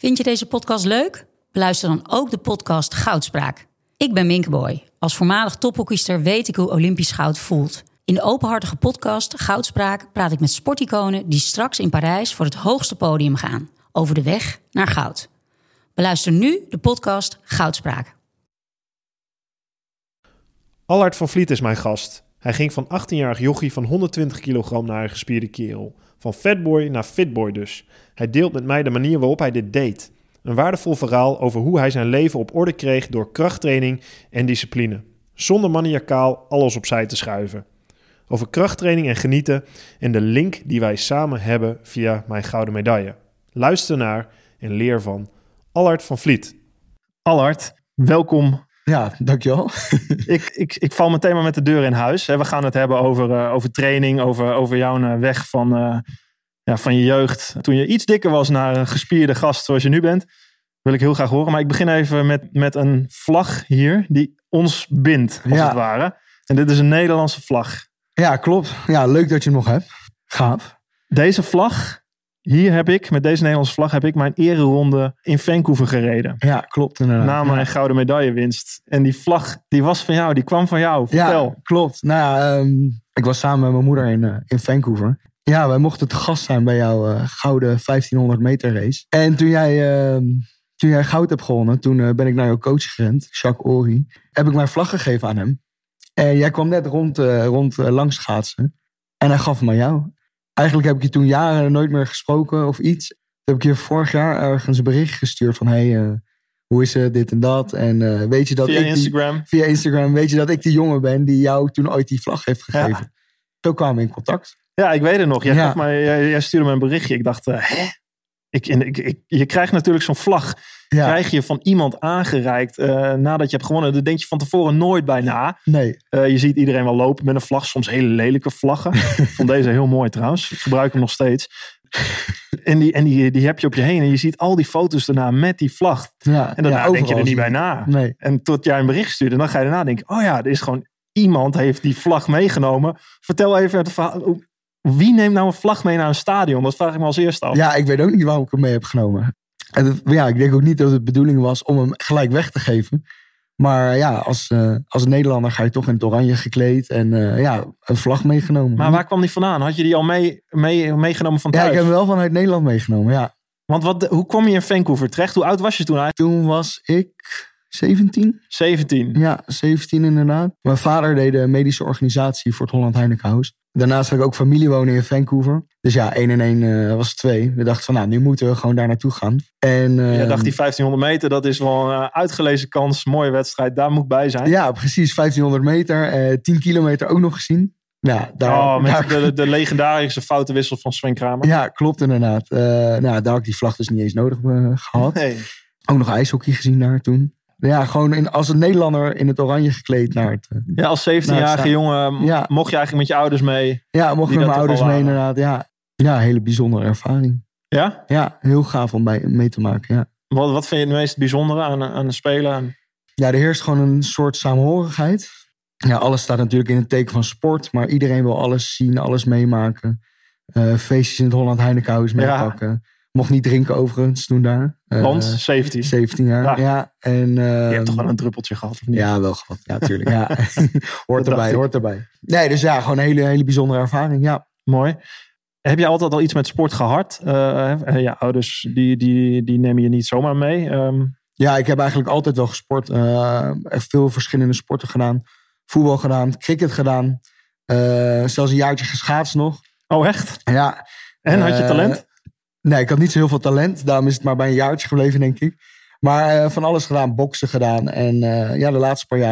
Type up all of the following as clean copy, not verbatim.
Vind je deze podcast leuk? Beluister dan ook de podcast Goudspraak. Ik ben Minke Boy. Als voormalig tophockeyster weet ik hoe Olympisch goud voelt. In de openhartige podcast Goudspraak praat ik met sporticonen die straks in Parijs voor het hoogste podium gaan. Over de weg naar goud. Beluister nu de podcast Goudspraak. Allard van Vliet is mijn gast. Hij ging van 18-jarig jochie van 120 kilogram naar een gespierde kerel. Van fatboy naar fitboy dus. Hij deelt met mij de manier waarop hij dit deed. Een waardevol verhaal over hoe hij zijn leven op orde kreeg door krachttraining en discipline. Zonder maniacaal alles opzij te schuiven. Over krachttraining en genieten en de link die wij samen hebben via mijn gouden medaille. Luister naar en leer van Allard van Vliet. Allard, welkom. Ja, dankjewel. Ik val meteen maar met de deur in huis. We gaan het hebben over training, over jouw weg van je jeugd. Toen je iets dikker was naar een gespierde gast zoals je nu bent, wil ik heel graag horen. Maar ik begin even met een vlag hier die ons bindt, als het ware. En dit is een Nederlandse vlag. Ja, klopt. Ja, leuk dat je hem nog hebt. Gaaf. Deze vlag, met deze Nederlandse vlag heb ik mijn ereronde in Vancouver gereden. Ja, klopt inderdaad. Na mijn gouden medaillewinst. En die vlag, die was van jou, die kwam van jou. Vertel. Ja, klopt. Nou ja, ik was samen met mijn moeder in Vancouver. Ja, wij mochten te gast zijn bij jouw gouden 1500 meter race. En toen jij goud hebt gewonnen, toen ben ik naar jouw coach gerend, Jacques Ory. Heb ik mijn vlag gegeven aan hem. En jij kwam net rond langs schaatsen. En hij gaf hem aan jou. Eigenlijk heb ik je toen jaren nooit meer gesproken of iets. Toen heb ik je vorig jaar ergens een bericht gestuurd van hoe is het, dit en dat. En weet je dat via Instagram, weet je dat ik die jongen ben die jou toen ooit die vlag heeft gegeven. Ja. Zo kwamen we in contact. Ja, ik weet het nog. Jij stuurde me een berichtje. Ik dacht, hè? Je krijgt natuurlijk zo'n vlag. Ja. Krijg je van iemand aangereikt nadat je hebt gewonnen. Daar denk je van tevoren nooit bij na. Nee. Je ziet iedereen wel lopen met een vlag. Soms hele lelijke vlaggen. Ik vond deze heel mooi trouwens. Ik gebruik hem nog steeds. En die heb je op je heen. En je ziet al die foto's daarna met die vlag. Ja, en daarna denk je er niet bij na. Nee. En tot jij een bericht stuurde. Dan ga je daarna denken. Oh ja, er is gewoon iemand heeft die vlag meegenomen. Vertel even het verhaal. Wie neemt nou een vlag mee naar een stadion? Dat vraag ik me als eerste af. Ja, ik weet ook niet waarom ik hem mee heb genomen. En ik denk ook niet dat het de bedoeling was om hem gelijk weg te geven. Maar ja, als Nederlander ga je toch in het oranje gekleed en een vlag meegenomen. Maar waar kwam die vandaan? Had je die al meegenomen van thuis? Ja, ik heb hem wel vanuit Nederland meegenomen, ja. Want hoe kwam je in Vancouver terecht? Hoe oud was je toen eigenlijk? Toen was ik 17. 17? Ja, 17 inderdaad. Mijn vader deed de medische organisatie voor het Holland Heinekenhuis. Daarnaast had ik ook familie wonen in Vancouver. Dus ja, 1 en 1 was 2. We dachten van, nu moeten we gewoon daar naartoe gaan. En je dacht, die 1500 meter, dat is wel een uitgelezen kans. Mooie wedstrijd, daar moet ik bij zijn. Ja, precies. 1500 meter. 10 kilometer ook nog gezien. Ja, met de legendarische foute wissel van Sven Kramer. Ja, klopt inderdaad. Daar had ik die vlag dus niet eens nodig gehad. Nee. Ook nog ijshockey gezien daar toen. Ja, gewoon als een Nederlander in het oranje gekleed naar het... Ja, als 17-jarige jongen mocht je eigenlijk met je ouders mee? Ja, mocht met mijn ouders mee inderdaad. Ja, hele bijzondere ervaring. Ja? Ja, heel gaaf om mee te maken, ja. Wat vind je het meest bijzondere aan het spelen? Ja, er heerst gewoon een soort saamhorigheid. Ja, alles staat natuurlijk in het teken van sport. Maar iedereen wil alles zien, alles meemaken. Feestjes in het Holland Heinekenhuis meepakken. Ja. Mocht niet drinken overigens toen daar. Want 17? 17 jaar, ja. En, je hebt toch wel een druppeltje gehad, of niet? Ja, wel gehad. Ja, tuurlijk. Ja. hoort erbij. Nee, dus ja, gewoon een hele bijzondere ervaring, ja. Mooi. Heb je altijd al iets met sport gehad? Je ouders, die nemen je niet zomaar mee? Ja, ik heb eigenlijk altijd wel gesport. Echt veel verschillende sporten gedaan. Voetbal gedaan, cricket gedaan. Zelfs een jaartje geschaatst nog. Oh, echt? Ja. En had je talent? Nee, ik had niet zo heel veel talent. Daarom is het maar bij een jaartje gebleven, denk ik. Maar van alles gedaan. Boksen gedaan. En de laatste paar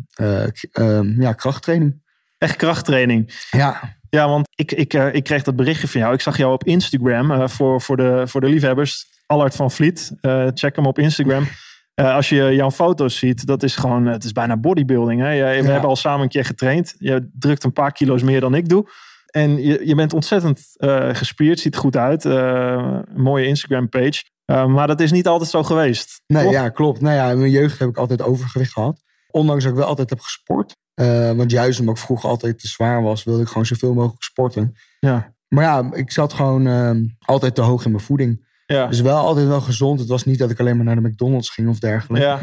jaar krachttraining. Echt krachttraining? Ja. Ja, want ik kreeg dat berichtje van jou. Ik zag jou op Instagram. Voor de liefhebbers. Allard van Vliet. Check hem op Instagram. Als je jouw foto's ziet, dat is gewoon... Het is bijna bodybuilding. Hè? We hebben al samen een keer getraind. Je drukt een paar kilo's meer dan ik doe. En je bent ontzettend gespierd, ziet goed uit. Een mooie Instagram page. Maar dat is niet altijd zo geweest. Nee, toch? Ja, klopt. Nou ja, in mijn jeugd heb ik altijd overgewicht gehad. Ondanks dat ik wel altijd heb gesport. Want juist omdat ik vroeger altijd te zwaar was, wilde ik gewoon zoveel mogelijk sporten. Ja. Maar ja, ik zat gewoon altijd te hoog in mijn voeding. Ja. Dus wel altijd wel gezond. Het was niet dat ik alleen maar naar de McDonald's ging of dergelijke. Ja.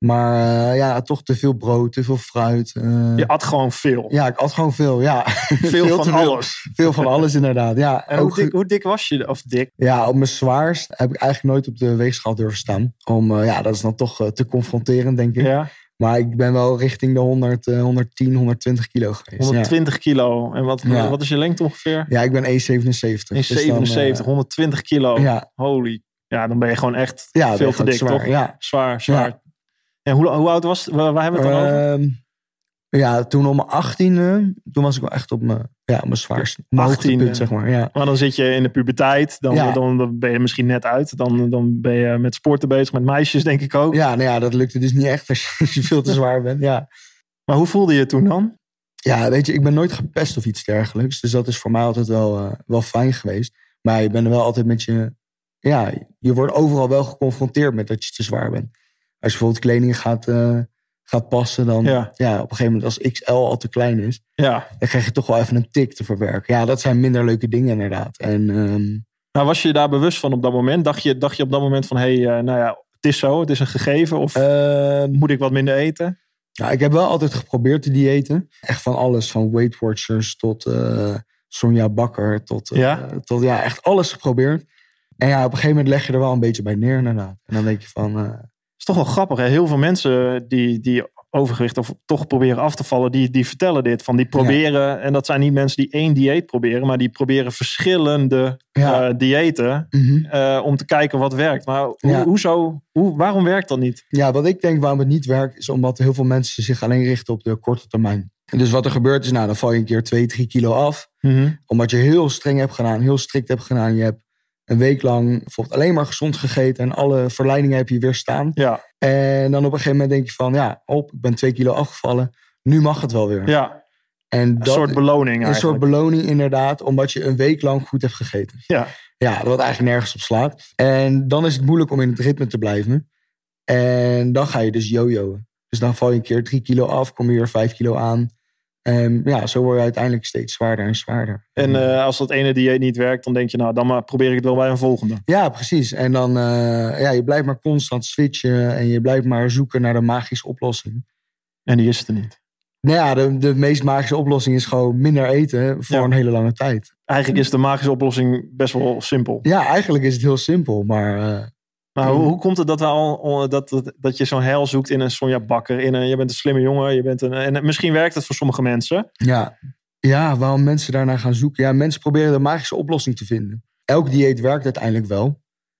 Maar toch te veel brood, te veel fruit. Je at gewoon veel. Ja, ik at gewoon veel, ja. Veel van alles. Veel van alles, inderdaad. Ja, En hoe dik was je? Of dik? Ja, op mijn zwaarst heb ik eigenlijk nooit op de weegschaal durven staan. Dat is dan toch te confronterend, denk ik. Ja. Maar ik ben wel richting de 110, 120 kilo geweest. 120 kilo. En wat is je lengte ongeveer? Ja, ik ben 1,77. 1,77, 120 kilo. Ja. Holy. Ja, dan ben je gewoon echt veel te dik, zwaar, toch? Ja. Zwaar. Ja. En hoe oud was het? Waar hebben we het dan over? Ja, toen om mijn 18e, toen was ik wel echt op mijn zwaarst. Mijn hoogtepunt, zeg maar. Ja. Maar dan zit je in de puberteit. Dan ben je misschien net uit. Dan ben je met sporten bezig, met meisjes denk ik ook. Ja, dat lukte dus niet echt als je veel te zwaar bent. Ja. Maar hoe voelde je het toen dan? Ja, weet je, ik ben nooit gepest of iets dergelijks. Dus dat is voor mij altijd wel fijn geweest. Maar je bent er wel altijd met je... Ja, je wordt overal wel geconfronteerd met dat je te zwaar bent. Als je bijvoorbeeld kleding gaat passen, dan op een gegeven moment als XL al te klein is, dan krijg je toch wel even een tik te verwerken. Ja, dat zijn minder leuke dingen inderdaad. En, was je daar bewust van op dat moment? Dacht je op dat moment van, het is zo, het is een gegeven? Of moet ik wat minder eten? Ja, ik heb wel altijd geprobeerd te diëten. Echt van alles, van Weight Watchers tot Sonja Bakker, tot echt alles geprobeerd. En ja, op een gegeven moment leg je er wel een beetje bij neer inderdaad. En dan denk je van... Het is toch wel grappig, hè? Heel veel mensen die overgewicht of toch proberen af te vallen, die vertellen dit. Van die proberen, en dat zijn niet mensen die één dieet proberen, maar die proberen verschillende diëten om te kijken wat werkt. Maar waarom werkt dat niet? Ja, wat ik denk waarom het niet werkt, is omdat heel veel mensen zich alleen richten op de korte termijn. Dus wat er gebeurt is, dan val je een keer 2-3 kilo af. Omdat je heel streng hebt gedaan, heel strikt hebt gedaan. Je hebt een week lang bijvoorbeeld alleen maar gezond gegeten en alle verleidingen heb je weerstaan. Ja. En dan op een gegeven moment denk je van, ik ben 2 kilo afgevallen. Nu mag het wel weer. Ja. En een soort beloning eigenlijk. Een soort beloning inderdaad, omdat je een week lang goed hebt gegeten. Ja. Ja, wat eigenlijk nergens op slaat. En dan is het moeilijk om in het ritme te blijven. En dan ga je dus jojoen. Dus dan val je een keer 3 kilo af, kom je weer 5 kilo aan. Zo word je uiteindelijk steeds zwaarder en zwaarder. En als dat ene dieet niet werkt, dan denk je, dan maar probeer ik het wel bij een volgende. Ja, precies. En dan, je blijft maar constant switchen en je blijft maar zoeken naar de magische oplossing. En die is er niet. Nou ja, de meest magische oplossing is gewoon minder eten voor een hele lange tijd. Eigenlijk is de magische oplossing best wel simpel. Ja, eigenlijk is het heel simpel, maar... Maar hoe komt het dat je zo'n heil zoekt in een Sonja Bakker? Je bent een slimme jongen. En misschien werkt het voor sommige mensen. Ja, waarom mensen daarnaar gaan zoeken? Ja, mensen proberen de magische oplossing te vinden. Elk dieet werkt uiteindelijk wel.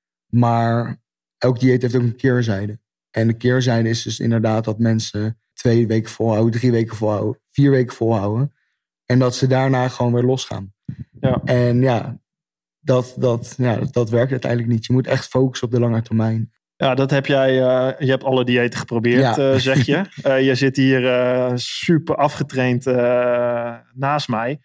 Maar elk dieet heeft ook een keerzijde. En de keerzijde is dus inderdaad dat mensen 2 weken volhouden, 3 weken volhouden, 4 weken volhouden. En dat ze daarna gewoon weer losgaan. Ja. En dat werkt uiteindelijk niet. Je moet echt focussen op de lange termijn. Ja, dat heb jij. Je hebt alle diëten geprobeerd, zeg je. Je zit hier super afgetraind naast mij.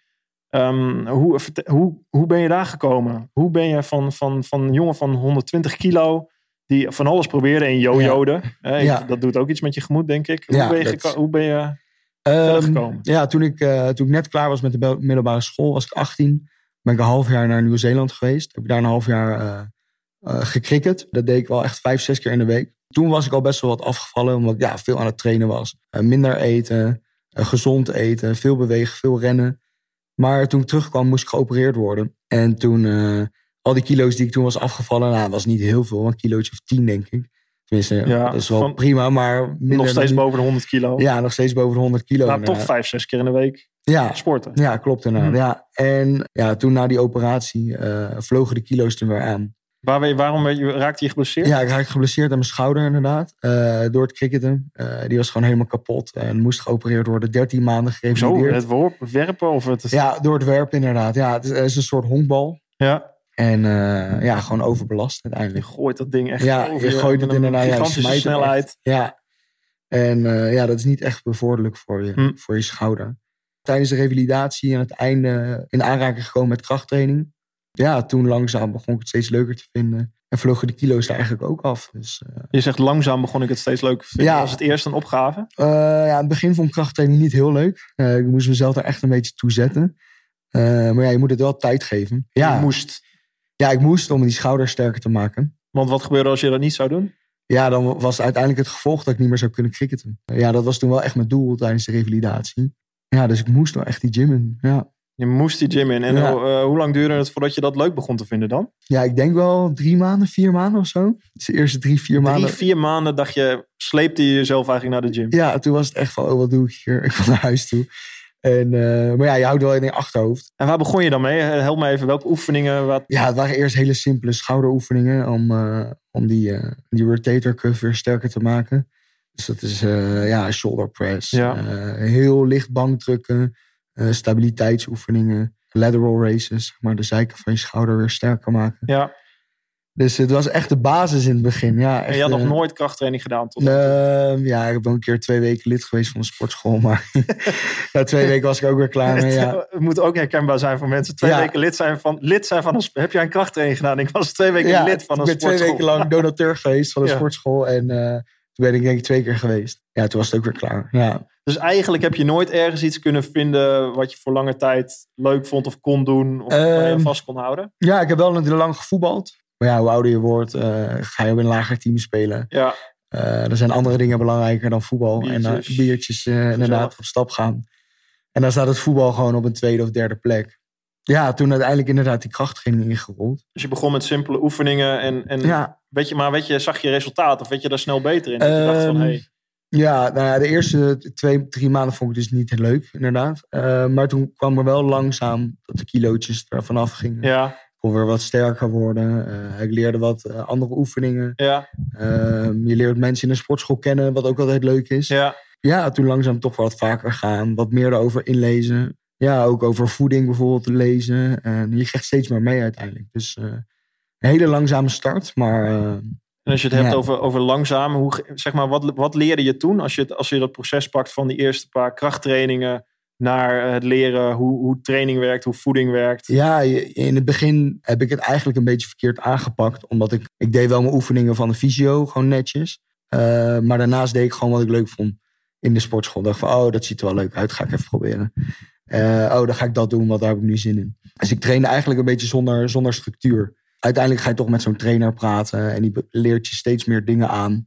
Hoe ben je daar gekomen? Hoe ben je van een jongen van 120 kilo... die van alles probeerde en jojo'de. Dat doet ook iets met je gemoed, denk ik. Hoe ben je verder gekomen? Ja, toen ik net klaar was met de middelbare school, was ik 18... ben ik een half jaar naar Nieuw-Zeeland geweest. Heb ik daar een half jaar gecricket. Dat deed ik wel echt 5-6 keer in de week. Toen was ik al best wel wat afgevallen, omdat ik veel aan het trainen was. Minder eten, gezond eten, veel bewegen, veel rennen. Maar toen ik terugkwam, moest ik geopereerd worden. En toen, al die kilo's die ik toen was afgevallen, dat was niet heel veel, een kilootje of 10 denk ik. Tenminste, dat is wel prima, maar minder. Nog steeds boven de 100 kilo. Ja, nog steeds boven de 100 kilo. Maar toch 5-6 keer in de week sporten. Ja, klopt inderdaad. En toen na die operatie vlogen de kilo's er weer aan. Waarom raakte je geblesseerd? Ja, ik raakte geblesseerd aan mijn schouder inderdaad. Door het cricketen. Die was gewoon helemaal kapot. En moest geopereerd worden. 13 maanden gerevalideerd. Zo, het werpen? Of het... Ja, door het werpen inderdaad. Ja, het is een soort honkbal. Ja. En gewoon overbelast uiteindelijk. Je gooit dat ding echt over. Je gooit het inderdaad. Gigantische snelheid. Ja. En dat is niet echt bevorderlijk voor je schouder. Tijdens de revalidatie aan het einde in aanraking gekomen met krachttraining. Ja, toen langzaam begon ik het steeds leuker te vinden. En vlogen de kilo's er eigenlijk ook af. Dus, je zegt langzaam begon ik het steeds leuker te vinden. Was het eerst een opgave? In het begin vond ik krachttraining niet heel leuk. Ik moest mezelf er echt een beetje toe zetten. Maar je moet het wel tijd geven. Ja. Je moest. Ja, ik moest om die schouders sterker te maken. Want wat gebeurde als je dat niet zou doen? Ja, dan was uiteindelijk het gevolg dat ik niet meer zou kunnen cricketen. Ja, dat was toen wel echt mijn doel tijdens de revalidatie. Ja, dus ik moest wel echt die gym in. Ja. Je moest die gym in. En hoe lang duurde het voordat je dat leuk begon te vinden dan? Ja, ik denk wel 3 maanden, 4 maanden of zo. Dus de eerste 3-4 maanden. 3-4 maanden dacht je, sleepte je jezelf eigenlijk naar de gym? Ja, toen was het echt van, wat doe ik hier? Ik wil naar huis toe. En, maar ja, je houdt wel in je achterhoofd. En waar begon je dan mee? Help me even, welke oefeningen? Ja, het waren eerst hele simpele schouderoefeningen om die rotator cuff weer sterker te maken. Dus dat is shoulder press, heel licht bankdrukken, stabiliteitsoefeningen, lateral raises, maar de zijkant van je schouder weer sterker maken. Ja. Dus het was echt de basis in het begin. Ja, echt, en je had nog nooit krachttraining gedaan tot ja, ik heb wel een keer 2 weken lid geweest van de sportschool. Maar na 2 weken was ik ook weer klaar mee. Ja. Het moet ook herkenbaar zijn voor mensen. 2 weken lid zijn van een... Heb jij een krachttraining gedaan? Ik was 2 weken lid van een sportschool. Ik ben 2 weken lang donateur geweest van de sportschool. En toen ben ik denk ik 2 keer geweest. Ja, toen was het ook weer klaar. Ja. Dus eigenlijk heb je nooit ergens iets kunnen vinden wat je voor lange tijd leuk vond of kon doen? Of waar je vast kon houden? Ja, ik heb wel natuurlijk lang gevoetbald. Maar ja, hoe ouder je wordt, ga je op een lager team spelen. Ja. Er zijn andere dingen belangrijker dan voetbal. Biertjes. En biertjes inderdaad op stap gaan. En dan staat het voetbal gewoon op een 2e of 3e plek. Ja, toen uiteindelijk inderdaad die krachttraining ingerold. Dus je begon met simpele oefeningen. En zag je resultaat? Of werd je daar snel beter in? Dat je dacht van, hey. Ja, nou ja, de eerste 2-3 maanden vond ik dus niet heel leuk, inderdaad. Maar toen kwam er wel langzaam dat de kilootjes er vanaf gingen. Ja. Ik kon weer wat sterker worden. Ik leerde wat andere oefeningen. Ja. Je leert mensen in een sportschool kennen, wat ook altijd leuk is. Ja. Ja, toen langzaam toch wat vaker gaan. Wat meer erover inlezen. Ja, ook over voeding bijvoorbeeld lezen. En je krijgt steeds meer mee uiteindelijk. Dus een hele langzame start, maar... En als je het hebt over langzaam, wat leerde je toen? Als je dat proces pakt van die eerste paar krachttrainingen naar het leren hoe training werkt, hoe voeding werkt. Ja, in het begin heb ik het eigenlijk een beetje verkeerd aangepakt. Omdat ik deed wel mijn oefeningen van de fysio, gewoon netjes. Maar daarnaast deed ik gewoon wat ik leuk vond in de sportschool. Ik dacht van, dat ziet er wel leuk uit, ga ik even proberen. Dan ga ik dat doen, want daar heb ik nu zin in. Dus ik trainde eigenlijk een beetje zonder structuur. Uiteindelijk ga je toch met zo'n trainer praten en die leert je steeds meer dingen aan.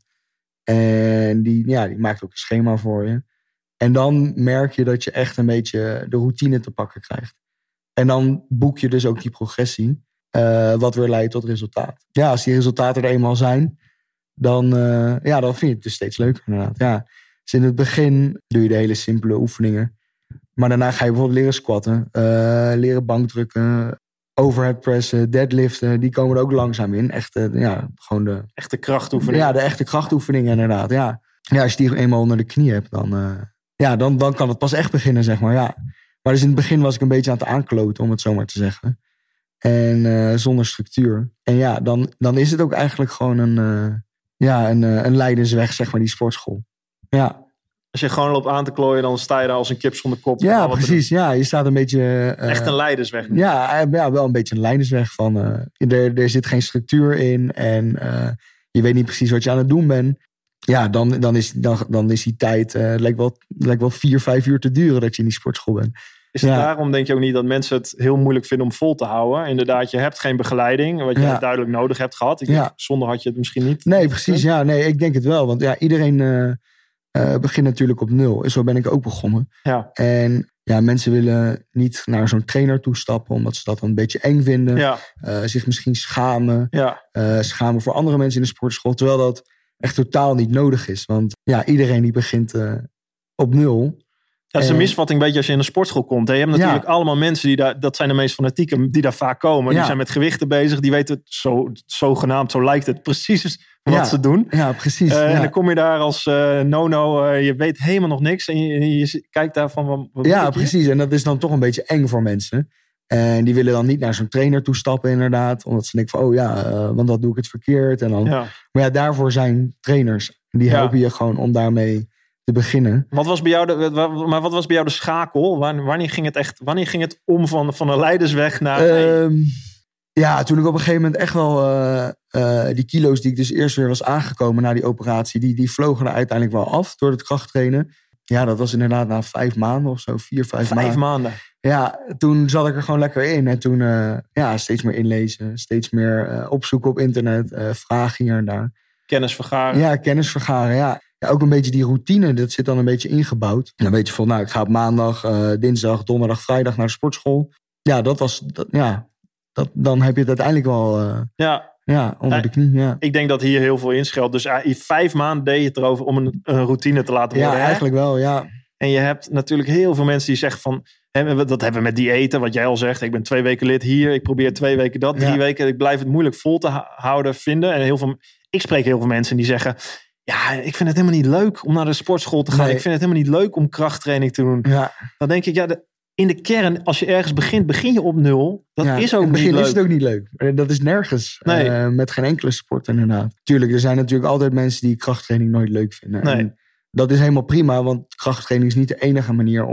En die maakt ook een schema voor je. En dan merk je dat je echt een beetje de routine te pakken krijgt. En dan boek je dus ook die progressie, wat weer leidt tot resultaat. Ja, als die resultaten er eenmaal zijn, dan vind je het dus steeds leuker inderdaad. Ja, dus in het begin doe je de hele simpele oefeningen. Maar daarna ga je bijvoorbeeld leren squatten, leren bankdrukken, overhead pressen, deadliften. Die komen er ook langzaam in. Echt, gewoon de... Echte krachtoefeningen. Ja, de echte krachtoefeningen inderdaad, ja. Ja, als je die eenmaal onder de knie hebt, dan kan het pas echt beginnen, zeg maar, ja. Maar dus in het begin was ik een beetje aan het aankloten, om het zo maar te zeggen. En zonder structuur. En ja, dan is het ook eigenlijk gewoon een lijdensweg, zeg maar, die sportschool. Ja. Als je gewoon loopt aan te klooien, dan sta je daar als een kip zonder kop. Ja, precies. Ja, je staat een beetje... echt een leidersweg. Ja, wel een beetje een leidersweg van... er zit geen structuur in en je weet niet precies wat je aan het doen bent. Ja, dan is die tijd... Het lijkt wel 4-5 uur te duren dat je in die sportschool bent. Is het daarom, denk je ook niet, dat mensen het heel moeilijk vinden om vol te houden? Inderdaad, je hebt geen begeleiding, wat je duidelijk nodig hebt gehad. Zonder had je het misschien niet. Nee, precies. Ja, nee, ik denk het wel. Want ja, iedereen... begin natuurlijk op 0. Zo ben ik ook begonnen. Ja. En ja, mensen willen niet naar zo'n trainer toestappen, omdat ze dat een beetje eng vinden. Ja. Zich misschien schamen. Ja. Schamen voor andere mensen in de sportschool. Terwijl dat echt totaal niet nodig is. Want ja, iedereen die begint op 0. Dat is een misvatting, beetje als je in een sportschool komt. Je hebt natuurlijk allemaal mensen die daar, dat zijn de meest fanatieken, die daar vaak komen. Ja. Die zijn met gewichten bezig. Die weten zogenaamd, zo lijkt het, precies wat ze doen. Ja, precies. En dan kom je daar als no-no. Je weet helemaal nog niks. En je kijkt daar van... Ja, precies. En dat is dan toch een beetje eng voor mensen. En die willen dan niet naar zo'n trainer toestappen inderdaad. Omdat ze denken van, want dan doe ik het verkeerd. En dan, Maar ja, daarvoor zijn trainers. Die helpen je gewoon om daarmee te beginnen. Wat was bij jou de schakel? Wanneer ging het om van een leidersweg naar... Ja, toen ik op een gegeven moment echt wel die kilo's die ik dus eerst weer was aangekomen na die operatie, die vlogen er uiteindelijk wel af door het krachttrainen. Ja, dat was inderdaad na 5 maanden of zo, 4-5 maanden. 5 maanden? Ja, toen zat ik er gewoon lekker in. En toen steeds meer inlezen. Steeds meer opzoeken op internet. Vragen hier en daar. Kennis vergaren. Ja, kennis vergaren, ja. Ja, ook een beetje die routine, dat zit dan een beetje ingebouwd. En dan weet je van, ik ga op maandag, dinsdag, donderdag, vrijdag naar de sportschool. Ja, dan heb je het uiteindelijk wel onder de knie. Ja. Ik denk dat hier heel veel inschelt. Dus 5 maanden deed je het erover om een routine te laten worden. Ja, eigenlijk wel, ja. En je hebt natuurlijk heel veel mensen die zeggen van... dat hebben we met diëten, wat jij al zegt. Ik ben 2 weken lid hier, ik probeer 2 weken dat, 3 weken. Ik blijf het moeilijk vol te houden vinden. En ik spreek heel veel mensen die zeggen... Ja, ik vind het helemaal niet leuk om naar de sportschool te gaan. Nee. Ik vind het helemaal niet leuk om krachttraining te doen. Ja. Dan denk ik, in de kern, als je ergens begin je op 0. Dat is ook niet leuk. In het begin is het ook niet leuk. Dat is nergens. Nee. Met geen enkele sport inderdaad. Tuurlijk, er zijn natuurlijk altijd mensen die krachttraining nooit leuk vinden. Nee. En dat is helemaal prima, want krachttraining is niet de enige manier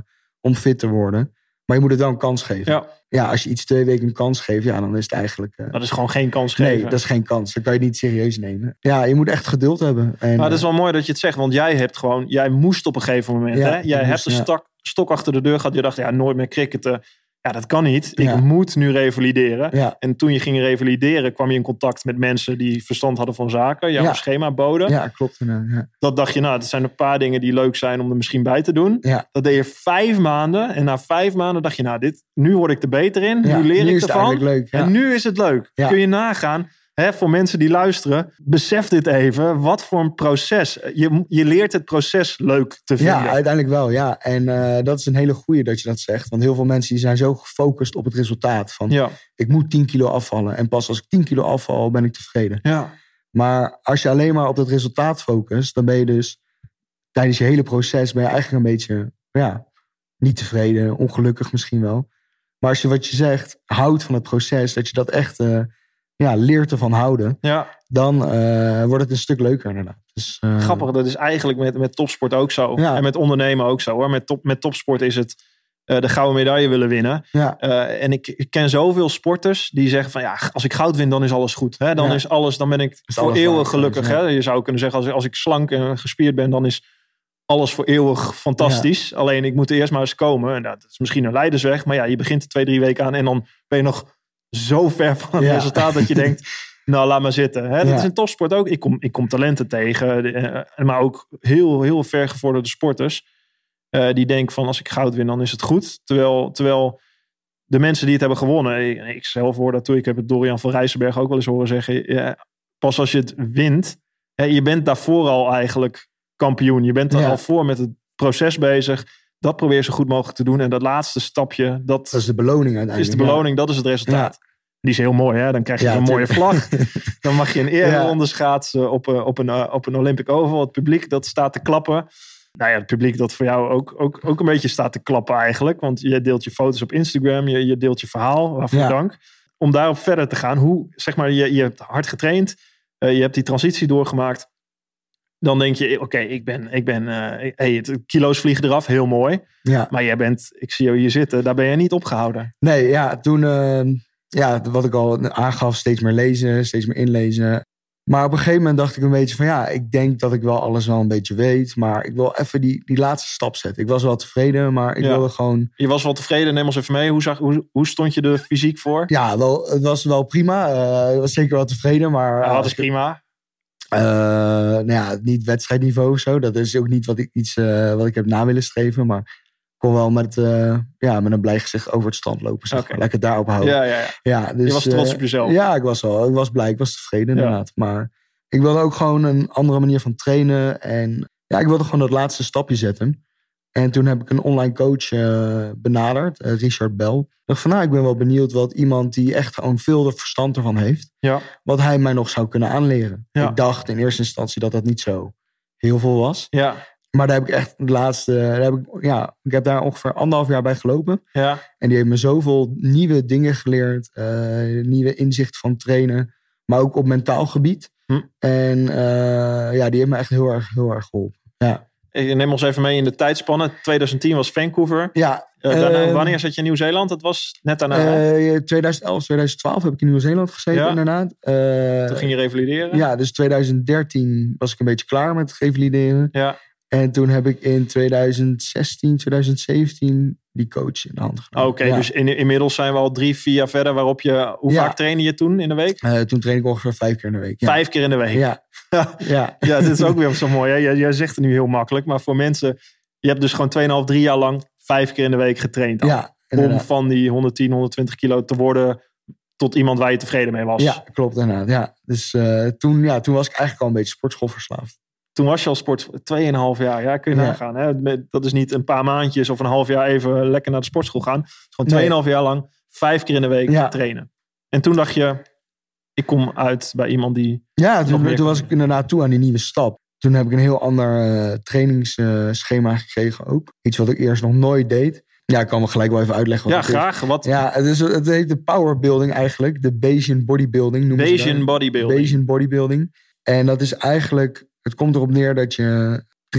om fit te worden. Maar je moet het wel een kans geven. Ja, als je iets 2 weken een kans geeft, dan is het eigenlijk... dat is gewoon geen kans geven. Nee, dat is geen kans. Dat kan je niet serieus nemen. Ja, je moet echt geduld hebben. En, maar het is wel mooi dat je het zegt, want jij moest op een gegeven moment. Ja, hè? Jij hebt een stok achter de deur gehad. Je dacht, nooit meer cricketen. Ja, dat kan niet. Ik moet nu revalideren. Ja. En toen je ging revalideren, kwam je in contact met mensen die verstand hadden van zaken. Jouw schema boden. Ja, klopt. Dat dacht je, dat zijn een paar dingen die leuk zijn om er misschien bij te doen. Ja. Dat deed je 5 maanden. En na 5 maanden dacht je, nu word ik er beter in. Nu leer ik ervan. Leuk, en nu is het leuk. Ja. Kun je nagaan. Voor mensen die luisteren, besef dit even. Wat voor een proces. Je leert het proces leuk te vinden. Ja, uiteindelijk wel. Ja. En dat is een hele goeie dat je dat zegt. Want heel veel mensen die zijn zo gefocust op het resultaat. Van ik moet 10 kilo afvallen. En pas als ik 10 kilo afval, ben ik tevreden. Ja. Maar als je alleen maar op het resultaat focust, dan ben je dus tijdens je hele proces ben je eigenlijk een beetje niet tevreden. Ongelukkig misschien wel. Maar als je wat je zegt, houdt van het proces. Dat je dat echt... leert ervan houden, dan wordt het een stuk leuker inderdaad. Dus, grappig, dat is eigenlijk met topsport ook zo. Ja. En met ondernemen ook zo. Hoor. Met topsport is het de gouden medaille willen winnen. Ja. En ik ken zoveel sporters die zeggen van als ik goud win, dan is alles goed. Hè? Dan is alles, dan ben ik voor eeuwig gelukkig. Hè? Je zou kunnen zeggen, als ik slank en gespierd ben, dan is alles voor eeuwig fantastisch. Ja. Alleen ik moet eerst maar eens komen. En dat is misschien een leidersweg. Maar je begint er 2-3 weken aan en dan ben je nog zo ver van het resultaat dat je denkt, laat maar zitten. Hè? Dat is in topsport ook. Ik kom talenten tegen, maar ook heel, heel vergevorderde sporters. Die denken van, als ik goud win, dan is het goed. Terwijl de mensen die het hebben gewonnen, ik zelf hoor dat toe, ik heb het Dorian van Rijsselberg ook wel eens horen zeggen, pas als je het wint, je bent daarvoor al eigenlijk kampioen. Je bent er al voor met het proces bezig. Dat probeer je zo goed mogelijk te doen. En dat laatste stapje, dat is de beloning uiteindelijk. Is de beloning, dat is het resultaat. Ja. Die is heel mooi, hè? Dan krijg je een mooie vlag. Dan mag je een ereronde schaatsen op een Olympic Oval. Het publiek dat staat te klappen. Het publiek dat voor jou ook een beetje staat te klappen eigenlijk. Want je deelt je foto's op Instagram. Je deelt je verhaal. Waarvoor dank. Om daarop verder te gaan. Hoe, zeg maar, je hebt hard getraind. Je hebt die transitie doorgemaakt. Dan denk je, het kilo's vliegen eraf, heel mooi. Ja. Maar ik zie jou hier zitten, daar ben je niet opgehouden. Nee, toen, wat ik al aangaf, steeds meer lezen, steeds meer inlezen. Maar op een gegeven moment dacht ik een beetje van, ik denk dat ik wel alles wel een beetje weet. Maar ik wil even die laatste stap zetten. Ik was wel tevreden, maar ik wilde gewoon... Je was wel tevreden, neem ons even mee. Hoe stond je er fysiek voor? Ja, het was wel prima. Ik was zeker wel tevreden, maar... wat is prima? Niet wedstrijdniveau of zo. Dat is ook niet wat ik heb na willen streven. Maar ik kon wel met een blij gezicht over het strand lopen. Zeg maar. Laat ik het daarop houden. Ja, dus, je was trots op jezelf. Ja, ik was blij. Ik was tevreden inderdaad. Maar ik wilde ook gewoon een andere manier van trainen. En ik wilde gewoon dat laatste stapje zetten. En toen heb ik een online coach benaderd. Richard Bell. Ik dacht van, ik ben wel benieuwd wat iemand die echt gewoon veel verstand ervan heeft. Ja. Wat hij mij nog zou kunnen aanleren. Ja. Ik dacht in eerste instantie dat niet zo heel veel was. Ja. Maar daar heb ik echt ik heb daar ongeveer 1,5 jaar bij gelopen. Ja. En die heeft me zoveel nieuwe dingen geleerd. Nieuwe inzicht van trainen. Maar ook op mentaal gebied. En die heeft me echt heel erg geholpen. Ja. Ik neem ons even mee in de tijdspannen. 2010 was Vancouver. Ja. Wanneer zat je in Nieuw-Zeeland? Dat was net daarna. 2011, 2012 heb ik in Nieuw-Zeeland gezeten inderdaad. Toen ging je revalideren? Ja, dus 2013 was ik een beetje klaar met het revalideren. Ja. En toen heb ik in 2016, 2017 die coach in de hand genomen. Oké, dus inmiddels zijn we al 3-4 jaar verder waarop je... Hoe vaak trainde je toen in de week? Toen train ik ongeveer 5 keer in de week. Ja. 5 keer in de week? Ja. Ja, dit is ook weer zo mooi. Hè? Jij zegt het nu heel makkelijk, maar voor mensen... Je hebt dus gewoon 2,5-3 jaar lang 5 keer in de week getraind. Al, ja, om van die 110, 120 kilo te worden tot iemand waar je tevreden mee was. Ja, klopt inderdaad. Ja. Dus toen was ik eigenlijk al een beetje sportschoolverslaafd. Toen was je al sport 2,5 jaar. Ja, kun je nagaan. Hè? Dat is niet een paar maandjes of een half jaar even lekker naar de sportschool gaan. Gewoon 2,5 jaar lang 5 keer in de week trainen. En toen dacht je, ik kom uit bij iemand die... Ja, toen was ik inderdaad toe aan die nieuwe stap. Toen heb ik een heel ander trainingsschema gekregen ook. Iets wat ik eerst nog nooit deed. Ja, ik kan me gelijk wel even uitleggen wat het graag. is. Wat? Ja, het heet de powerbuilding eigenlijk. De Bayesian bodybuilding noemen ze dat. Bayesian bodybuilding. En dat is eigenlijk... Het komt erop neer dat je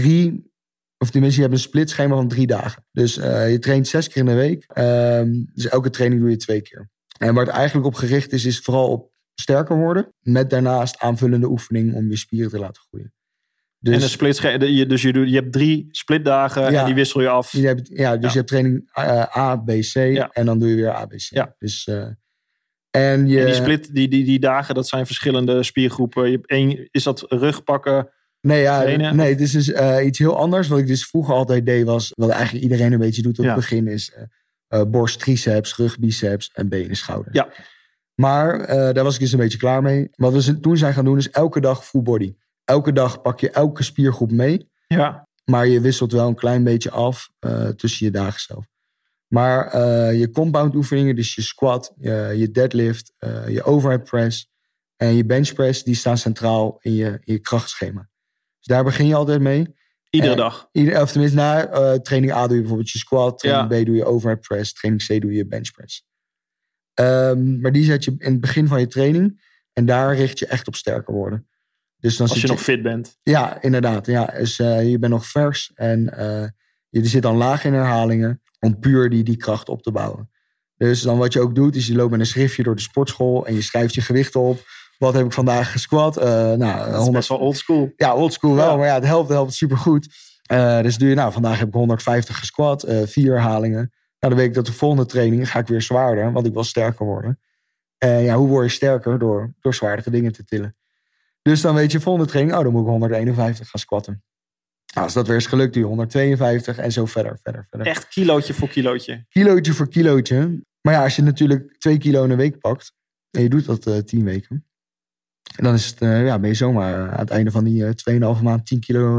je hebt een splitschema van 3 dagen. Dus je traint 6 keer in de week. Dus elke training doe je 2 keer. En waar het eigenlijk op gericht is vooral op sterker worden. Met daarnaast aanvullende oefening om je spieren te laten groeien. Dus, en een splitschema, dus je hebt 3 splitdagen en die wissel je af. Je hebt training A, B, C en dan doe je weer A, B, C. Ja. Dus... En die split, die dagen, dat zijn verschillende spiergroepen. Je hebt is dat rugpakken? Nee, dit is dus iets heel anders. Wat ik dus vroeger altijd deed was, wat eigenlijk iedereen een beetje doet op het begin, is borst, triceps, rug, biceps en benen, schouders. Ja. Maar daar was ik dus een beetje klaar mee. Wat we toen zijn gaan doen is elke dag full body. Elke dag pak je elke spiergroep mee. Ja. Maar je wisselt wel een klein beetje af tussen je dagen zelf. Maar je compound oefeningen, dus je squat, je deadlift, je overhead press en je bench press, die staan centraal in je krachtschema. Dus daar begin je altijd mee. Iedere dag? Of tenminste, na training A doe je bijvoorbeeld je squat, training B doe je overhead press, training C doe je bench press. Maar die zet je in het begin van je training en daar richt je echt op sterker worden. Dus dan als je nog fit bent. Ja, inderdaad. Ja. Dus je bent nog vers en je zit dan laag in herhalingen om puur die kracht op te bouwen. Dus dan wat je ook doet, is je loopt met een schriftje door de sportschool en je schrijft je gewichten op. Wat heb ik vandaag gesquat? Dat is best wel old school. Ja, old school wel, maar het helpt supergoed. Dus doe je, vandaag heb ik 150 gesquat, 4 herhalingen. Dan weet ik dat de volgende training ga ik weer zwaarder, want ik wil sterker worden. Hoe word je sterker? Door zwaardere dingen te tillen. Dus dan weet je, volgende training, dan moet ik 151 gaan squatten. Als dat weer is gelukt, doe je 152 en zo verder. Echt kilootje voor kilootje. Kilootje voor kilootje. Maar ja, als je natuurlijk 2 kilo in een week pakt en je doet dat 10 weken. En dan is het, ben je zomaar aan het einde van die 2,5 maand 10 kilo...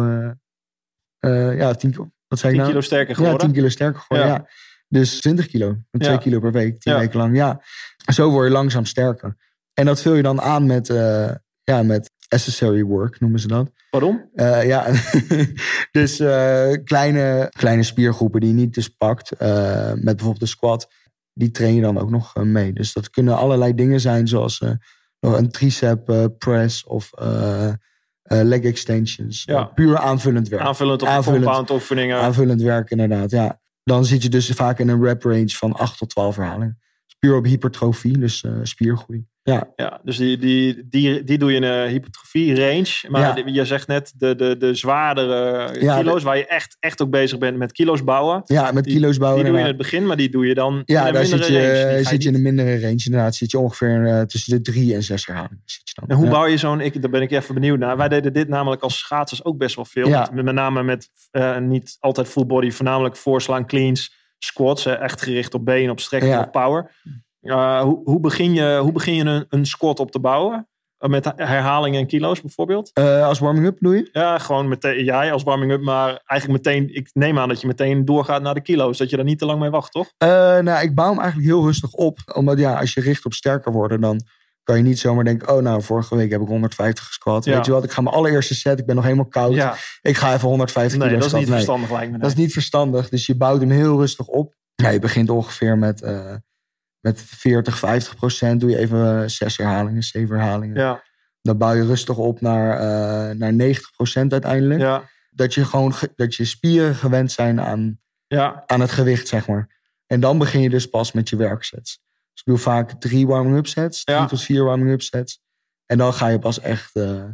wat zei ik nou? 10 kilo sterker geworden. Ja, 10 kilo sterker geworden, ja. Dus 20 kilo. 2 kilo per week, 10 weken lang. Ja, zo word je langzaam sterker. En dat vul je dan aan met accessory work, noemen ze dat. Waarom? Dus kleine spiergroepen die je niet dus pakt. Met bijvoorbeeld de squat. Die train je dan ook nog mee. Dus dat kunnen allerlei dingen zijn. Zoals een tricep press of leg extensions. Ja. Puur aanvullend werk. Aanvullend op compound oefeningen. Aanvullend werk inderdaad, ja. Dan zit je dus vaak in een rep range van 8 tot 12 herhalingen. Puur op hypertrofie, dus spiergroei. Ja, dus die doe je in een hypertrofie range. Maar je zegt net de zwaardere kilo's, waar je echt ook bezig bent met kilo's bouwen. Ja, met kilo's bouwen. Die doe je in het begin, maar die doe je dan in een mindere range. Zit je in een mindere range inderdaad. Zit je ongeveer tussen de 3 en 6 herhalingen. En hoe bouw je zo'n... Daar ben ik even benieuwd naar. Wij deden dit namelijk als schaatsers ook best wel veel. Ja. Met name met niet altijd full body, voornamelijk voorslaan, cleans, squats. Echt gericht op benen, op strekking, op power. Hoe begin je een squat op te bouwen? Met herhalingen en kilo's bijvoorbeeld? Als warming-up doe je? Ja, gewoon meteen. Jij als warming-up, maar eigenlijk meteen... Ik neem aan dat je meteen doorgaat naar de kilo's. Dat je daar niet te lang mee wacht, toch? Ik bouw hem eigenlijk heel rustig op. Omdat als je richt op sterker worden, dan kan je niet zomaar denken... vorige week heb ik 150 gesquat. Ja. Weet je wat, ik ga mijn allereerste set. Ik ben nog helemaal koud. Ja. Ik ga even 150 kilo dat squat. Is niet verstandig, lijkt me. Dat is niet verstandig. Dus je bouwt hem heel rustig op. Ja, je begint ongeveer met 40-50%. Doe je even 6 herhalingen, 7 herhalingen. Ja. Dan bouw je rustig op naar 90% uiteindelijk. Ja. Dat je spieren gewend zijn aan het gewicht, zeg maar. En dan begin je dus pas met je werksets. Dus ik doe vaak 3 warming-up sets. 3 tot 4 warming-up sets. En dan ga je pas echt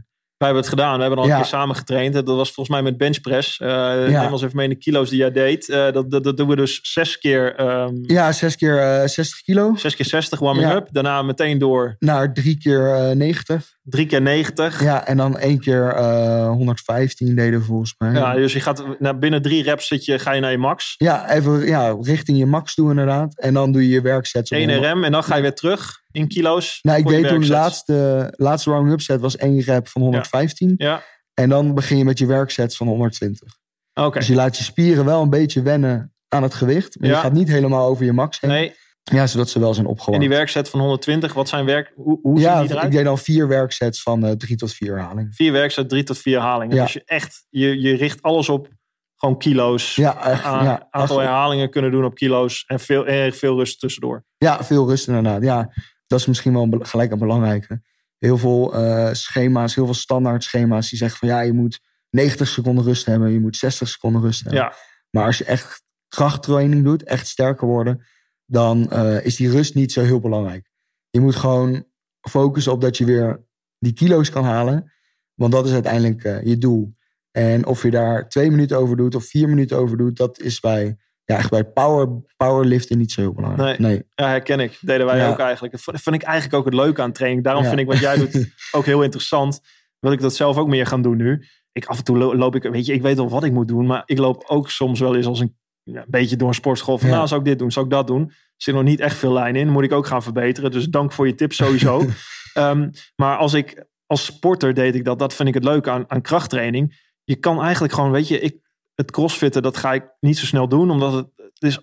Wij hebben het gedaan. We hebben al een keer samen getraind. Dat was volgens mij met benchpress. Neem ons even mee in de kilo's die jij deed. Dat doen we dus 6 keer... 6 keer 60 kilo. 6 keer 60 warming up. Daarna meteen door... Naar 3 keer 90. 3 keer 90. Ja, en dan 1 keer 115 deden volgens mij. Ja, dus je gaat binnen 3 reps ga je naar je max. Ja, even richting je max toe inderdaad. En dan doe je je werksets. 1 RM en dan ga je weer terug in kilo's. Nou, ik deed toen de laatste warming-up set was 1 rep van 115. Ja. En dan begin je met je werksets van 120. Okay. Dus je laat je spieren wel een beetje wennen aan het gewicht. Maar je gaat niet helemaal over je max heen. Nee. Ja, zodat ze wel zijn opgewarmd. En die werkset van 120, wat zijn hoe zien die eruit? Ik deed dan 4 werksets van 3 tot 4 herhalingen. 4 werksets, 3 tot 4 herhalingen. Ja. Dus je echt, je richt alles op gewoon kilo's. Ja, echt. Aantal herhalingen kunnen doen op kilo's. En veel rust tussendoor. Ja, veel rust inderdaad. Ja, dat is misschien wel gelijk een belangrijke. Heel veel schema's, heel veel standaard schema's die zeggen van je moet 90 seconden rust hebben. Je moet 60 seconden rust hebben. Ja. Maar als je echt krachttraining doet, echt sterker worden, dan is die rust niet zo heel belangrijk. Je moet gewoon focussen op dat je weer die kilo's kan halen. Want dat is uiteindelijk je doel. En of je daar 2 minuten over doet of 4 minuten over doet, dat is bij powerliften niet zo heel belangrijk. Nee. Ja, herken ik. Deden wij ook eigenlijk. Dat vind ik eigenlijk ook het leuke aan training. Daarom vind ik wat jij doet ook heel interessant. Wil ik dat zelf ook meer gaan doen nu. Af en toe loop ik, ik weet wel wat ik moet doen, maar ik loop ook soms wel eens als een beetje door een sportschool van zou ik dit doen, zou ik dat doen. Er zit nog niet echt veel lijn in, moet ik ook gaan verbeteren. Dus dank voor je tips sowieso. Maar als sporter deed ik dat. Dat vind ik het leuke aan krachttraining. Je kan eigenlijk gewoon, het crossfitten, dat ga ik niet zo snel doen, omdat het is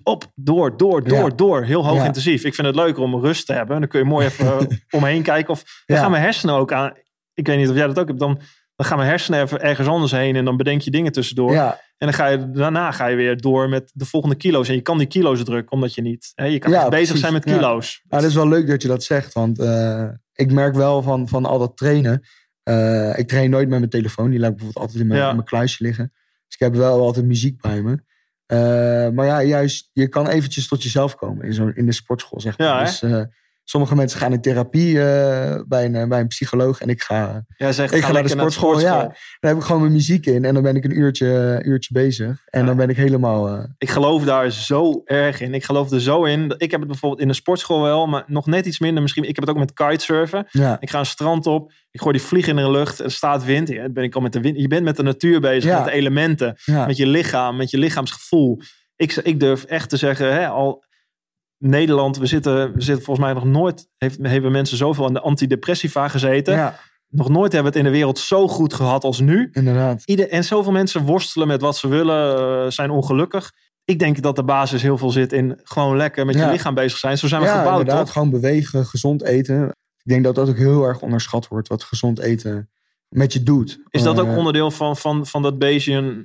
door. Heel hoog intensief. Ik vind het leuker om rust te hebben. Dan kun je mooi even omheen kijken. Of dan gaan mijn hersenen ook aan. Ik weet niet of jij dat ook hebt. Dan gaan mijn hersenen even ergens anders heen en dan bedenk je dingen tussendoor. Ja. En dan daarna ga je weer door met de volgende kilo's. En je kan die kilo's drukken, omdat je niet... je kan echt bezig zijn met kilo's. Ja, dat is wel leuk dat je dat zegt. Want ik merk wel van al dat trainen. Ik train nooit met mijn telefoon. Die laat ik bijvoorbeeld altijd in mijn kluisje liggen. Dus ik heb wel altijd muziek bij me. Maar juist, je kan eventjes tot jezelf komen in de sportschool, zeg maar. Ja, dus sommige mensen gaan in therapie bij een psycholoog. En ik ga naar de sportschool. Ja, dan heb ik gewoon mijn muziek in. En dan ben ik een uurtje bezig. En dan ben ik helemaal... Ik geloof daar zo erg in. Ik geloof er zo in. Ik heb het bijvoorbeeld in de sportschool wel. Maar nog net iets minder misschien. Ik heb het ook met kitesurfen. Ja. Ik ga een strand op. Ik gooi die vlieg in de lucht. Er staat wind. Ja, dan ben ik al met de wind. Je bent met de natuur bezig. Met de elementen. Ja. Met je lichaam. Met je lichaamsgevoel. Ik durf echt te zeggen... Nederland, we zitten volgens mij nog nooit... hebben mensen zoveel aan de antidepressiva gezeten. Ja. Nog nooit hebben we het in de wereld zo goed gehad als nu. Inderdaad. En zoveel mensen worstelen met wat ze willen, zijn ongelukkig. Ik denk dat de basis heel veel zit in gewoon lekker met je lichaam bezig zijn. Zo zijn we gebouwd, inderdaad, toch? Gewoon bewegen, gezond eten. Ik denk dat dat ook heel erg onderschat wordt, wat gezond eten met je doet. Is dat ook onderdeel van dat Bayesian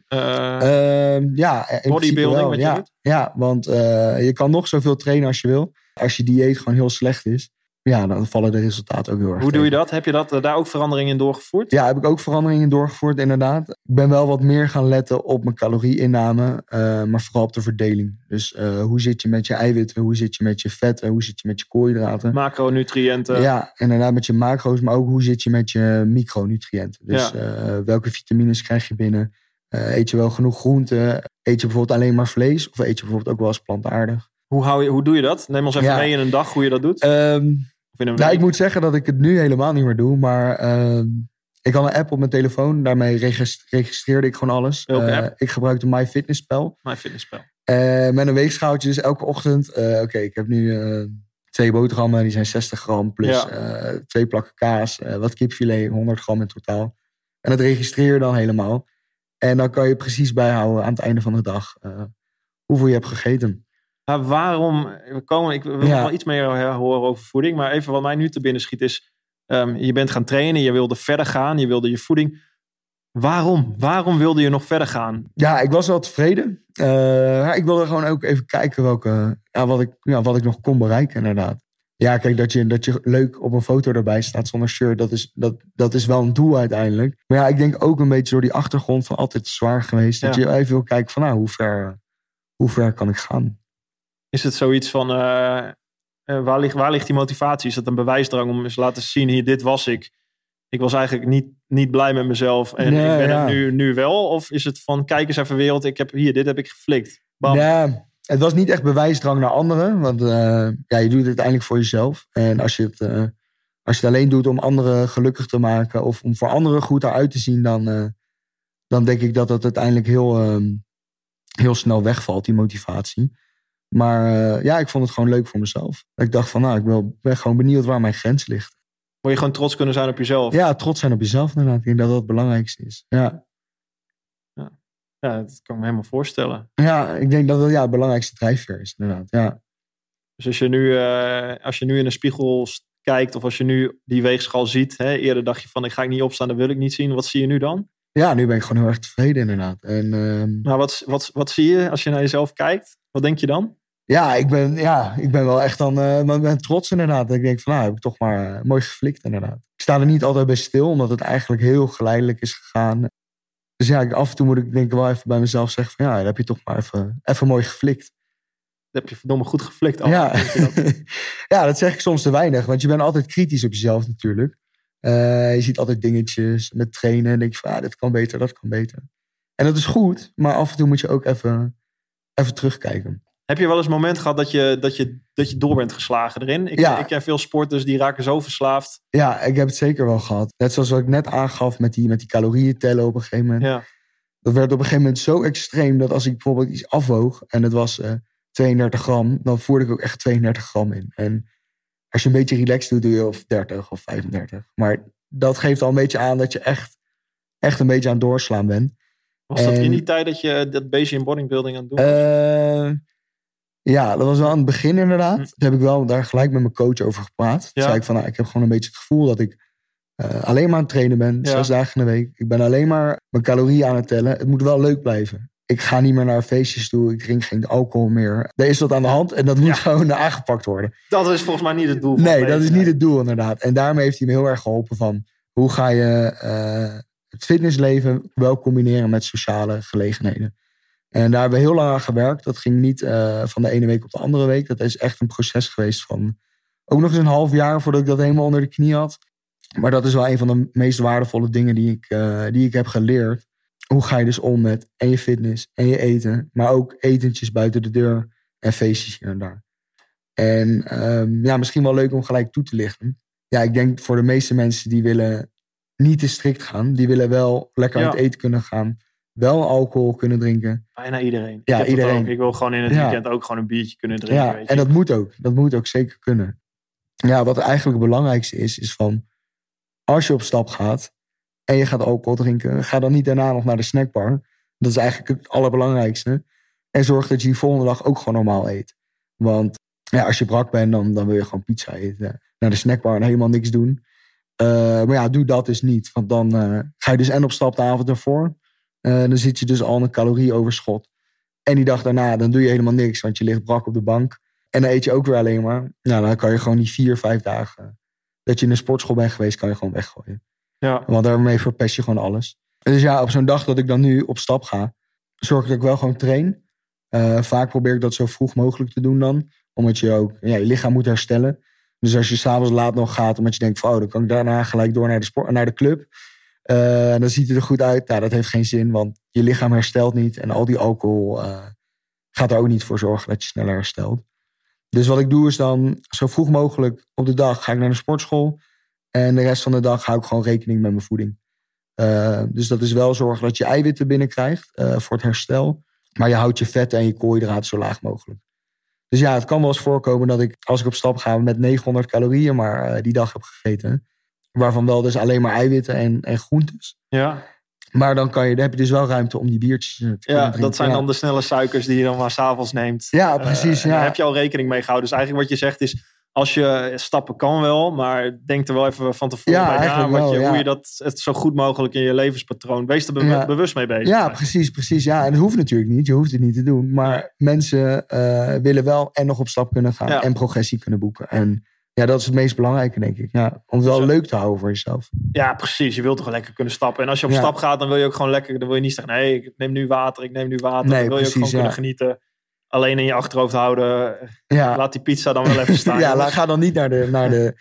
bodybuilding wat je doet? Ja, want je kan nog zoveel trainen als je wil. Als je dieet gewoon heel slecht is, dan vallen de resultaten ook heel erg Hoe doe je dat? Heb je daar ook veranderingen in doorgevoerd? Ja, heb ik ook veranderingen in doorgevoerd, inderdaad. Ik ben wel wat meer gaan letten op mijn calorieinname, maar vooral op de verdeling. Dus hoe zit je met je eiwitten, hoe zit je met je vetten, hoe zit je met je koolhydraten. Macronutriënten. Ja, inderdaad met je macro's, maar ook hoe zit je met je micronutriënten. Dus welke vitamines krijg je binnen? Eet je wel genoeg groenten? Eet je bijvoorbeeld alleen maar vlees? Of eet je bijvoorbeeld ook wel eens plantaardig? Hoe doe je dat? Neem ons even mee in een dag hoe je dat doet. Ik moet zeggen dat ik het nu helemaal niet meer doe. Maar ik had een app op mijn telefoon. Daarmee registreerde ik gewoon alles. Welke app? Ik gebruikte MyFitnessPal. Met een weegschaaltje. Dus elke ochtend. Ik heb nu 2 boterhammen. Die zijn 60 gram. Plus 2 plakken kaas. Wat kipfilet. 100 gram in totaal. En dat registreer je dan helemaal. En dan kan je precies bijhouden aan het einde van de dag. Hoeveel je hebt gegeten. Maar waarom, ik wil nog wel iets meer horen over voeding, maar even wat mij nu te binnen schiet is, je bent gaan trainen, je wilde verder gaan, je wilde je voeding. Waarom wilde je nog verder gaan? Ja, ik was wel tevreden. Ik wilde gewoon ook even kijken wat ik nog kon bereiken inderdaad. Ja, kijk, dat je leuk op een foto erbij staat zonder shirt, dat is wel een doel uiteindelijk. Maar ja, ik denk ook een beetje door die achtergrond van altijd zwaar geweest, dat je even wil kijken van hoe ver kan ik gaan. Is het zoiets van, waar ligt die motivatie? Is dat een bewijsdrang om eens te laten zien, hier, dit was ik. ik was eigenlijk niet blij met mezelf. En ik ben het nu wel. Of is het van, kijk eens even wereld. Dit heb ik geflikt. Bam. Ja, het was niet echt bewijsdrang naar anderen. Want je doet het uiteindelijk voor jezelf. En als je het alleen doet om anderen gelukkig te maken. Of om voor anderen goed eruit te zien. Dan denk ik dat het uiteindelijk heel snel wegvalt, die motivatie. Maar ik vond het gewoon leuk voor mezelf. Ik dacht van, ik ben gewoon benieuwd waar mijn grens ligt. Moet je gewoon trots kunnen zijn op jezelf? Ja, trots zijn op jezelf inderdaad. Ik denk dat dat het belangrijkste is. Ja, dat kan ik me helemaal voorstellen. Ja, ik denk dat dat het belangrijkste drijfveer is inderdaad. Ja. Dus als je nu in een spiegel kijkt of als je nu die weegschaal ziet. Hè, eerder dacht je van, ik ga niet opstaan, dat wil ik niet zien. Wat zie je nu dan? Ja, nu ben ik gewoon heel erg tevreden inderdaad. Maar wat zie je als je naar jezelf kijkt? Wat denk je dan? Ja, ik ben wel echt ben trots inderdaad. Ik denk van, heb ik toch maar mooi geflikt inderdaad. Ik sta er niet altijd bij stil, omdat het eigenlijk heel geleidelijk is gegaan. Dus af en toe moet ik denk ik wel even bij mezelf zeggen van, dat heb je toch maar even mooi geflikt. Dat heb je verdomme goed geflikt. Ja. Dat zeg ik soms te weinig, want je bent altijd kritisch op jezelf natuurlijk. Je ziet altijd dingetjes met trainen en denk je van, dit kan beter, dat kan beter. En dat is goed, maar af en toe moet je ook even terugkijken. Heb je wel eens een moment gehad dat je door bent geslagen erin? Ik ken veel sporters die raken zo verslaafd. Ja, ik heb het zeker wel gehad. Net zoals wat ik net aangaf met die calorieën tellen op een gegeven moment. Ja. Dat werd op een gegeven moment zo extreem dat als ik bijvoorbeeld iets afwoog en het was 32 gram, dan voerde ik ook echt 32 gram in. En als je een beetje relaxed doet, doe je of 30 of 35. Maar dat geeft al een beetje aan dat je echt een beetje aan het doorslaan bent. Was dat in die tijd dat je dat Bayesian bodybuilding aan het doen was? Ja, dat was wel aan het begin inderdaad. Toen heb ik wel daar gelijk met mijn coach over gepraat. Toen zei ik van, ik heb gewoon een beetje het gevoel dat ik alleen maar aan het trainen ben. 6 dagen in de week. Ik ben alleen maar mijn calorieën aan het tellen. Het moet wel leuk blijven. Ik ga niet meer naar feestjes toe. Ik drink geen alcohol meer. Er is wat aan de hand en dat moet gewoon aangepakt worden. Dat is volgens mij niet het doel. Nee, dat is niet het doel inderdaad. En daarmee heeft hij me heel erg geholpen van, hoe ga je het fitnessleven wel combineren met sociale gelegenheden. En daar hebben we heel lang aan gewerkt. Dat ging niet van de ene week op de andere week. Dat is echt een proces geweest van ook nog eens een half jaar voordat ik dat helemaal onder de knie had. Maar dat is wel een van de meest waardevolle dingen die ik heb geleerd. Hoe ga je dus om met en je fitness en je eten. Maar ook etentjes buiten de deur en feestjes hier en daar. En misschien wel leuk om gelijk toe te lichten. Ja, ik denk voor de meeste mensen die willen niet te strikt gaan. Die willen wel lekker uit eten kunnen gaan. Wel alcohol kunnen drinken. Bijna iedereen. Ja, iedereen. Ik wil gewoon in het weekend ook gewoon een biertje kunnen drinken. Ja, weet je. En dat moet ook. Dat moet ook zeker kunnen. Ja, wat eigenlijk het belangrijkste is van, als je op stap gaat en je gaat alcohol drinken, ga dan niet daarna nog naar de snackbar. Dat is eigenlijk het allerbelangrijkste. En zorg dat je die volgende dag ook gewoon normaal eet. Want als je brak bent, dan wil je gewoon pizza eten. Naar de snackbar en helemaal niks doen. Maar doe dat dus niet. Want dan ga je dus en op stap de avond ervoor. Dan zit je dus al in een calorieoverschot. En die dag daarna, dan doe je helemaal niks. Want je ligt brak op de bank. En dan eet je ook weer alleen maar. Nou, dan kan je gewoon die 4-5 dagen dat je in een sportschool bent geweest, kan je gewoon weggooien. Ja. Want daarmee verpest je gewoon alles. Dus op zo'n dag dat ik dan nu op stap ga, zorg ik dat ik wel gewoon train. Vaak probeer ik dat zo vroeg mogelijk te doen dan. Omdat je ook je lichaam moet herstellen. Dus als je s'avonds laat nog gaat, omdat je denkt van, dan kan ik daarna gelijk door naar de club. Dan ziet het er goed uit. Nou, dat heeft geen zin, want je lichaam herstelt niet. En al die alcohol gaat er ook niet voor zorgen dat je sneller herstelt. Dus wat ik doe is dan zo vroeg mogelijk op de dag ga ik naar de sportschool. En de rest van de dag hou ik gewoon rekening met mijn voeding. Dus dat is wel zorgen dat je eiwitten binnenkrijgt voor het herstel. Maar je houdt je vetten en je koolhydraten zo laag mogelijk. Dus het kan wel eens voorkomen dat ik, als ik op stap ga met 900 calorieën maar die dag heb gegeten. Waarvan wel dus alleen maar eiwitten en groentes. Ja. Maar dan heb je dus wel ruimte om die biertjes te drinken. Dat zijn dan de snelle suikers die je dan maar 's avonds neemt. Ja, precies. Daar heb je al rekening mee gehouden. Dus eigenlijk wat je zegt is, als je stappen kan wel, maar denk er wel even van tevoren bij na. Hoe je het zo goed mogelijk in je levenspatroon. Wees er bewust mee bezig. Ja, precies. Ja, en dat hoeft natuurlijk niet. Je hoeft het niet te doen. Maar mensen willen wel en nog op stap kunnen gaan en progressie kunnen boeken. En dat is het meest belangrijke, denk ik. Ja, om het wel leuk te houden voor jezelf. Ja, precies. Je wilt toch lekker kunnen stappen. En als je op stap gaat, dan wil je ook gewoon lekker. Dan wil je niet zeggen, nee, ik neem nu water. Nee, dan wil je ook gewoon kunnen genieten. Alleen in je achterhoofd houden. Laat die pizza dan wel even staan. Ga dan niet naar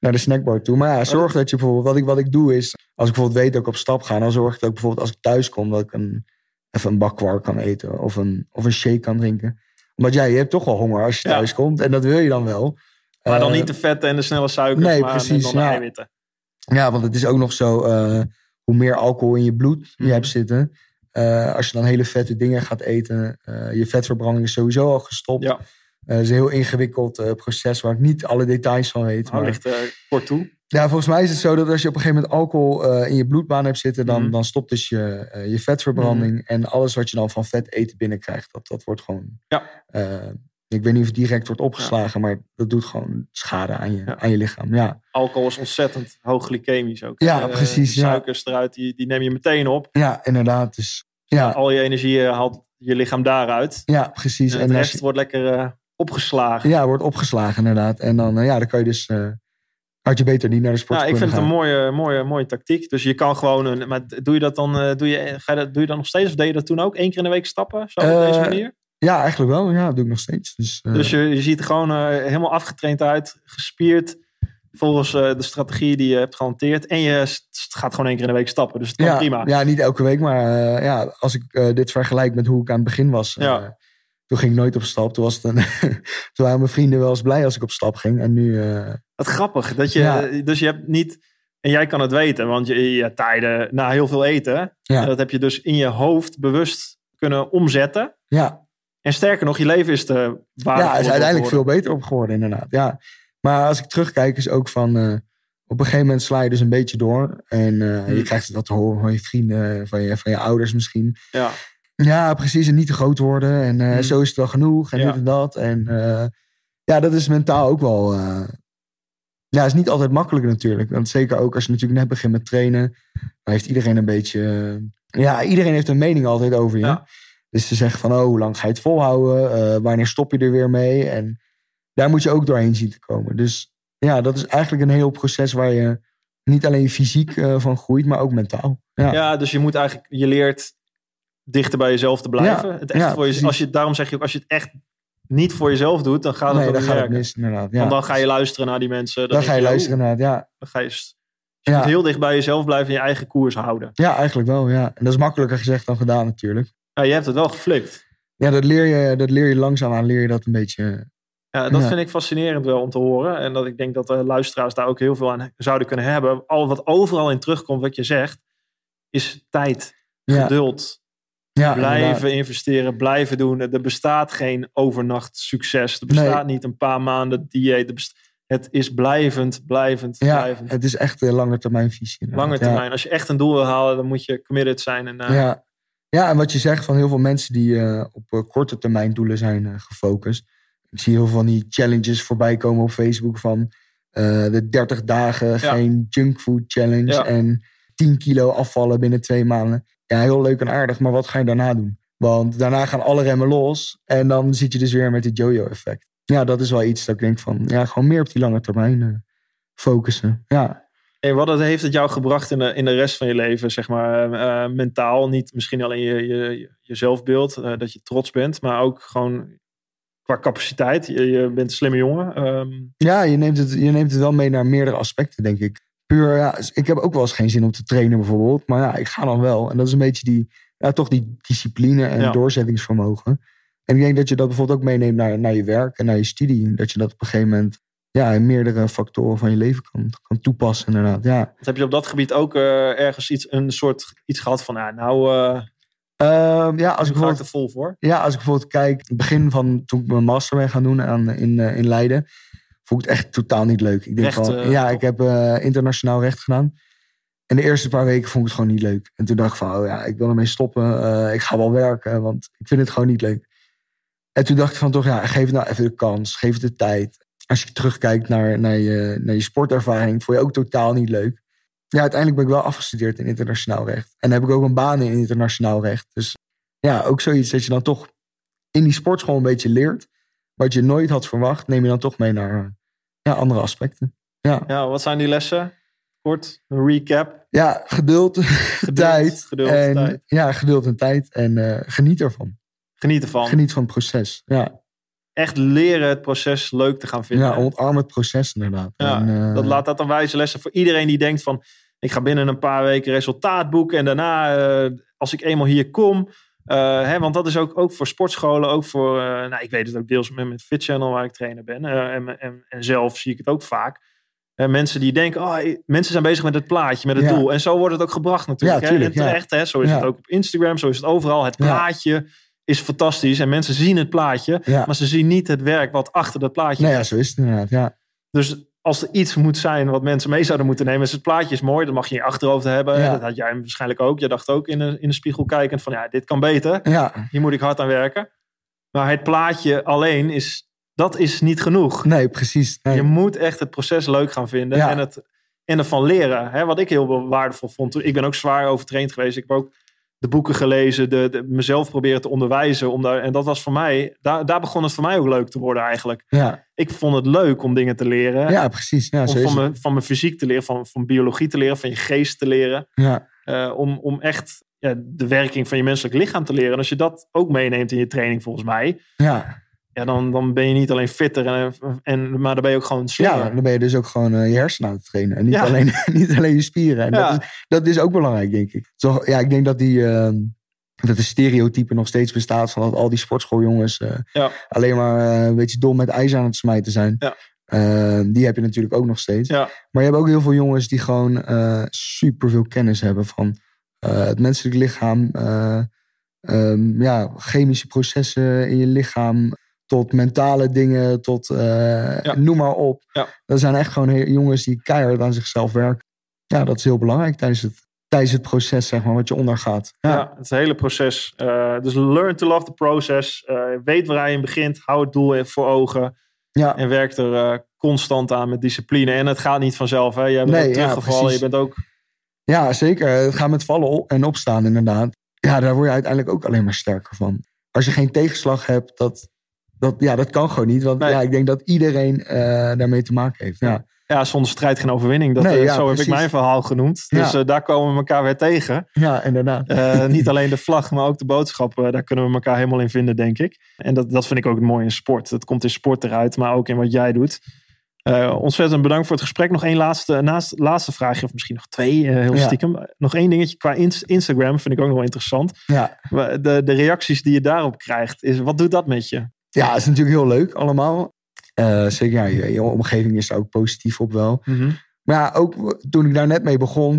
naar de snackbar toe. Maar ja, zorg dat je bijvoorbeeld... Wat ik doe is, als ik bijvoorbeeld weet dat ik op stap ga... dan zorg ik dat ik bijvoorbeeld als ik thuis kom... dat ik even een bak kwark kan eten of een shake kan drinken. Omdat je hebt toch wel honger als je thuis komt. En dat wil je dan wel. Maar dan niet de vetten en de snelle suikers, nee, maar precies, dan de eiwitten. Ja, want het is ook nog zo... hoe meer alcohol in je bloed je hebt zitten... als je dan hele vette dingen gaat eten... je vetverbranding is sowieso al gestopt. Ja. Het is een heel ingewikkeld proces... waar ik niet alle details van weet. Maar ligt kort toe. Ja, volgens mij is het zo dat als je op een gegeven moment alcohol in je bloedbaan hebt zitten... dan stopt dus je vetverbranding. En alles wat je dan van vet eten binnenkrijgt... dat wordt gewoon... Ja. Ik weet niet of het direct wordt opgeslagen... maar dat doet gewoon schade aan je lichaam. Ja. Alcohol is ontzettend hoog glycemisch ook. Ja, precies. Suikers eruit, die neem je meteen op. Ja, inderdaad. Dus, al je energie haalt je lichaam daaruit. Ja, precies. En de rest wordt lekker opgeslagen. Ja, wordt opgeslagen inderdaad. En dan kan je dus... had je beter niet naar de sport kunnen gaan. Ik vind het een mooie tactiek. Dus je kan gewoon... maar doe je dat dan... doe je dat nog steeds? Of deed je dat toen ook? 1 keer in de week stappen? Zo op deze manier? Ja, eigenlijk wel. Ja, dat doe ik nog steeds. Dus je ziet er gewoon helemaal afgetraind uit. Gespierd. Volgens de strategie die je hebt gehanteerd. En je gaat gewoon 1 keer in de week stappen. Dus het kan prima. Ja, niet elke week. Maar als ik dit vergelijk met hoe ik aan het begin was... toen ging ik nooit op stap. Toen waren mijn vrienden wel eens blij als ik op stap ging. En nu... Wat grappig. Dat je, Dus je hebt niet... En jij kan het weten. Want je tijden na heel veel eten... dat heb je dus in je hoofd bewust kunnen omzetten. Ja. En sterker nog, je leven is te waardevol. Ja, is uiteindelijk veel beter op geworden inderdaad. Ja. Maar als ik terugkijk is ook van... op een gegeven moment sla je dus een beetje door. En je krijgt het wat te horen van je vrienden, van je ouders misschien. Ja. Ja, precies. En niet te groot worden. En zo is het wel genoeg. En dit en dat. En dat is mentaal ook wel... is niet altijd makkelijk natuurlijk. Want zeker ook als je natuurlijk net begint met trainen. Dan heeft iedereen een beetje... iedereen heeft een mening altijd over je. Ja. Dus ze zeggen van, hoe lang ga je het volhouden? Wanneer stop je er weer mee? En daar moet je ook doorheen zien te komen. Dus dat is eigenlijk een heel proces waar je niet alleen fysiek van groeit, maar ook mentaal. Ja, dus je moet eigenlijk, je leert dichter bij jezelf te blijven. Het echt voor je, daarom zeg je ook, als je het echt niet voor jezelf doet, dan gaat het ook niet werken. Mis, inderdaad. Ja. Want dan ga je luisteren naar die mensen. Dan ga je luisteren naar Dan ga je moet heel dicht bij jezelf blijven en je eigen koers houden. Ja, eigenlijk wel. Ja. En dat is makkelijker gezegd dan gedaan natuurlijk. Ja, je hebt het wel geflikt. Ja, dat leer je langzaamaan, leer je dat een beetje. Ja, dat vind ik fascinerend wel om te horen. En dat ik denk dat de luisteraars daar ook heel veel aan zouden kunnen hebben. Al wat overal in terugkomt wat je zegt, is tijd, geduld. Ja, blijven inderdaad. Investeren, blijven doen. Er bestaat geen overnacht succes. Er bestaat niet een paar maanden dieet. Het is blijvend. Het is echt een lange termijn visie. Lange termijn. Als je echt een doel wil halen, dan moet je committed zijn. En, Ja, en wat je zegt van heel veel mensen die op korte termijn doelen zijn gefocust. Ik zie heel veel van die challenges voorbij komen op Facebook van de 30 dagen geen junkfood challenge en 10 kilo afvallen binnen 2 maanden. Ja, heel leuk en aardig, maar wat ga je daarna doen? Want daarna gaan alle remmen los en dan zit je dus weer met het yo-yo effect. Ja, dat is wel iets dat ik denk van, gewoon meer op die lange termijn focussen. Ja. En wat heeft het jou gebracht in de rest van je leven, zeg maar, mentaal? Niet misschien alleen je zelfbeeld, dat je trots bent, maar ook gewoon qua capaciteit. Je bent een slimme jongen. Ja, je neemt het wel mee naar meerdere aspecten, denk ik. Puur, ik heb ook wel eens geen zin om te trainen bijvoorbeeld, maar ik ga dan wel. En dat is een beetje die discipline en doorzettingsvermogen. En ik denk dat je dat bijvoorbeeld ook meeneemt naar je werk en naar je studie. Dat je dat op een gegeven moment in meerdere factoren van je leven kan toepassen inderdaad. Ja. Heb je op dat gebied ook ergens iets gehad van als ik ga ik er vol voor? Ja, als ik bijvoorbeeld kijk, het begin van toen ik mijn master ben gaan doen in Leiden, vond ik het echt totaal niet leuk. Ik denk ik heb internationaal recht gedaan. En de eerste paar weken vond ik het gewoon niet leuk. En toen dacht ik van, ik wil ermee stoppen. Ik ga wel werken, want ik vind het gewoon niet leuk. En toen dacht ik van geef het nou even de kans. Geef het de tijd. Als je terugkijkt naar je sportervaring, vond je ook totaal niet leuk. Ja, uiteindelijk ben ik wel afgestudeerd in internationaal recht. En heb ik ook een baan in internationaal recht. Dus ook zoiets dat je dan toch in die sportschool een beetje leert. Wat je nooit had verwacht, neem je dan toch mee naar andere aspecten. Ja, wat zijn die lessen? Kort, een recap. Ja, geduld, tijd. Ja, geduld en tijd. En geniet ervan. Geniet ervan. Geniet van het proces, ja. echt leren het proces leuk te gaan vinden. Ja, omarm het proces inderdaad. Ja, dat laat dat dan wijze lessen voor iedereen die denkt van... ik ga binnen een paar weken resultaat boeken... en daarna, als ik eenmaal hier kom... want dat is ook voor sportscholen, ook voor... ik weet het ook deels met Fit Channel waar ik trainer ben. En zelf zie ik het ook vaak. Mensen die denken, mensen zijn bezig met het plaatje, met het doel. En zo wordt het ook gebracht natuurlijk. Ja, tuurlijk, En terecht, hè? Zo is het ook op Instagram, zo is het overal. Het plaatje is fantastisch en mensen zien het plaatje, maar ze zien niet het werk wat achter dat plaatje Nee, ja, zo is het inderdaad, ja. Dus als er iets moet zijn wat mensen mee zouden moeten nemen, is het plaatje is mooi, dat mag je in je achterhoofd hebben. Ja. Dat had jij waarschijnlijk ook. Je dacht ook in de spiegel kijkend van, dit kan beter. Ja. Hier moet ik hard aan werken. Maar het plaatje alleen dat is niet genoeg. Nee, precies. Nee. Je moet echt het proces leuk gaan vinden en ervan leren. Hè, wat ik heel waardevol vond. Ik ben ook zwaar overtraind geweest. Ik heb ook de boeken gelezen, mezelf proberen te onderwijzen. En dat was voor mij, daar begon het voor mij ook leuk te worden eigenlijk. Ja. Ik vond het leuk om dingen te leren. Ja, precies. Ja, om van mijn fysiek te leren, van biologie te leren, van je geest te leren. Ja. Om echt de werking van je menselijk lichaam te leren. En als je dat ook meeneemt in je training volgens mij... Ja, dan ben je niet alleen fitter, maar dan ben je ook gewoon slimmer. Ja, dan ben je dus ook gewoon je hersenen aan het trainen. En niet alleen je spieren. En dat is ook belangrijk, denk ik. Toch, ik denk dat dat de stereotype nog steeds bestaat van dat al die sportschooljongens alleen maar een beetje dom met ijs aan het smijten zijn. Ja. Die heb je natuurlijk ook nog steeds. Ja. Maar je hebt ook heel veel jongens die gewoon superveel kennis hebben van het menselijk lichaam. Chemische processen in je lichaam. Tot mentale dingen, tot noem maar op. Ja. Dat zijn echt gewoon jongens die keihard aan zichzelf werken. Ja, dat is heel belangrijk tijdens het proces, zeg maar, wat je ondergaat. Ja, het hele proces. Dus learn to love the process. Weet waar je begint. Hou het doel voor ogen. Ja. En werk er constant aan met discipline. En het gaat niet vanzelf. Hè? Je bent ook teruggevallen. Je bent ook... Ja, zeker. Het gaat met vallen en opstaan, inderdaad. Ja, daar word je uiteindelijk ook alleen maar sterker van. Als je geen tegenslag hebt, dat kan gewoon niet. Want ik denk dat iedereen daarmee te maken heeft. Ja, zonder strijd geen overwinning. Zo heb ik mijn verhaal genoemd. Dus daar komen we elkaar weer tegen. Ja, inderdaad. Niet alleen de vlag, maar ook de boodschap. Daar kunnen we elkaar helemaal in vinden, denk ik. En dat vind ik ook het mooie in sport. Dat komt in sport eruit, maar ook in wat jij doet. Ontzettend bedankt voor het gesprek. Nog één laatste vraagje, of misschien nog twee, heel stiekem. Nog één dingetje qua Instagram vind ik ook nog wel interessant. Ja. De reacties die je daarop krijgt, wat doet dat met je? Ja, het is natuurlijk heel leuk allemaal. Zeker, je omgeving is er ook positief op wel. Mm-hmm. Maar ook toen ik daar net mee begon,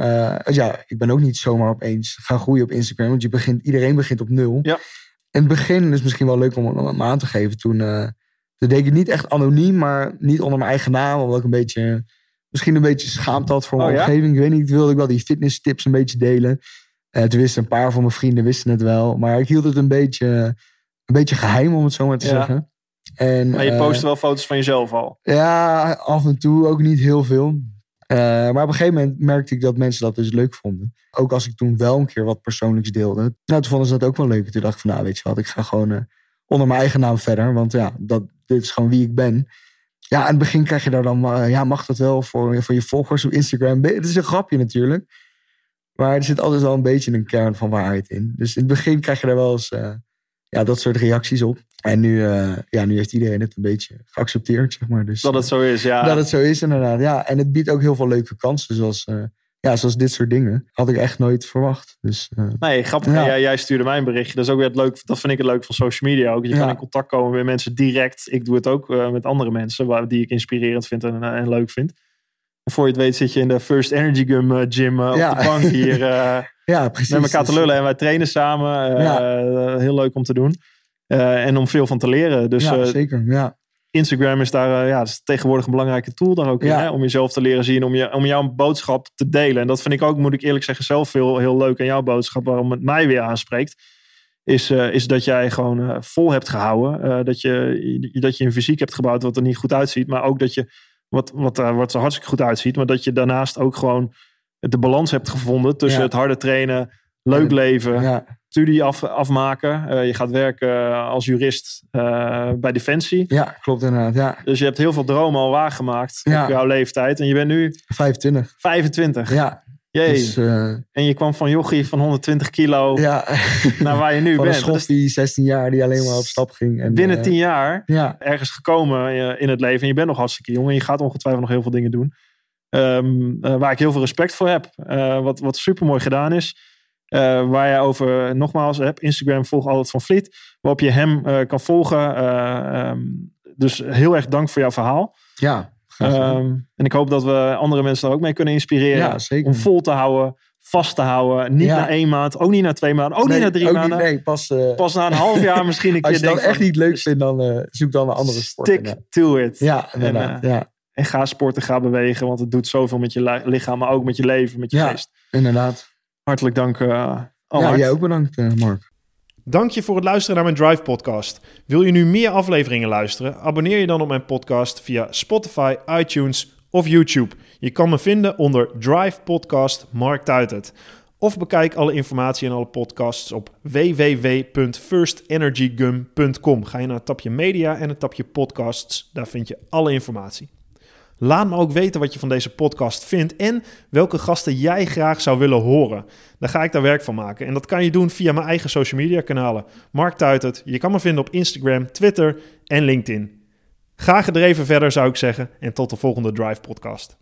ik ben ook niet zomaar opeens gaan groeien op Instagram. Want iedereen begint op 0. Ja. In het begin is misschien wel leuk om hem aan te geven. Toen deed ik het niet echt anoniem, maar niet onder mijn eigen naam. Omdat ik misschien een beetje schaamte had voor mijn omgeving. Ik weet niet, wilde ik wel die fitness tips een beetje delen. Toen wisten een paar van mijn vrienden wisten het wel. Maar ik hield het een beetje geheim, om het zo maar te zeggen. Maar je postte wel foto's van jezelf al? Ja, af en toe. Ook niet heel veel. Maar op een gegeven moment merkte ik dat mensen dat dus leuk vonden. Ook als ik toen wel een keer wat persoonlijks deelde. Toen vonden ze dat ook wel leuk. Toen dacht ik van, weet je wat, ik ga gewoon onder mijn eigen naam verder. Want dit is gewoon wie ik ben. Ja, aan het begin krijg je daar dan, mag dat wel voor je volgers op Instagram? Het is een grapje natuurlijk. Maar er zit altijd wel een beetje een kern van waarheid in. Dus in het begin krijg je daar wel eens dat soort reacties op. En nu heeft iedereen het een beetje geaccepteerd, zeg maar. Dus, dat het zo is, ja. Dat het zo is, inderdaad. Ja. En het biedt ook heel veel leuke kansen, zoals dit soort dingen. Had ik echt nooit verwacht. Dus, nee, grappig. Ja. Jij stuurde mij een berichtje. Dat is ook weer het leuk. Dat vind ik het leuk van social media ook. Je kan in contact komen met mensen direct. Ik doe het ook met andere mensen die ik inspirerend vind en leuk vind. En voor je het weet zit je in de First Energy Gym op de bank hier precies, met elkaar te lullen. En wij trainen samen. Heel leuk om te doen. En om veel van te leren. Dus, zeker. Ja. Instagram is daar dat is tegenwoordig een belangrijke tool daar ook in. Hè? Om jezelf te leren zien. Om jouw boodschap te delen. En dat vind ik ook, moet ik eerlijk zeggen, zelf heel leuk aan jouw boodschap. Waarom het mij weer aanspreekt. Is dat jij gewoon vol hebt gehouden. Dat je een fysiek hebt gebouwd wat er niet goed uitziet. Maar ook dat je wat er hartstikke goed uitziet. Maar dat je daarnaast ook gewoon de balans hebt gevonden. Tussen het harde trainen, leuk leven, studie afmaken. Je gaat werken als jurist bij Defensie. Ja, klopt inderdaad. Ja. Dus je hebt heel veel dromen al waargemaakt op jouw leeftijd. En je bent nu 25. Ja. Dus, en je kwam van jochie van 120 kilo naar waar je nu van bent. Een schoffie, 16 jaar, die alleen maar op stap ging. En, binnen 10 jaar ergens gekomen in het leven. En je bent nog hartstikke jong en je gaat ongetwijfeld nog heel veel dingen doen. Waar ik heel veel respect voor heb. Wat super mooi gedaan is. Waar je over, nogmaals, Instagram volg Albert van Vliet. Waarop je hem kan volgen. Dus heel erg dank voor jouw verhaal. Ja. En ik hoop dat we andere mensen daar ook mee kunnen inspireren. Ja, zeker. Om vol te houden, vast te houden. Niet na 1 maand, ook niet na 2 maanden, ook niet na 3 maanden. Pas na een half jaar misschien een keer. Als je dat echt niet leuk vindt, dan zoek dan een andere sport. Stick to it. Ja, inderdaad. En ga sporten, ga bewegen, want het doet zoveel met je lichaam, maar ook met je leven, met je geest. Inderdaad. Hartelijk dank, jij ook bedankt, Mark. Dank je voor het luisteren naar mijn Drive podcast. Wil je nu meer afleveringen luisteren? Abonneer je dan op mijn podcast via Spotify, iTunes of YouTube. Je kan me vinden onder Drive Podcast Mark Tuitert. Of bekijk alle informatie en alle podcasts op www.firstenergygum.com. Ga je naar het tapje media en het tapje podcasts. Daar vind je alle informatie. Laat me ook weten wat je van deze podcast vindt en welke gasten jij graag zou willen horen. Dan ga ik daar werk van maken. En dat kan je doen via mijn eigen social media kanalen. Mark Tuitert. Je kan me vinden op Instagram, Twitter en LinkedIn. Ga gedreven verder, zou ik zeggen. En tot de volgende Drive podcast.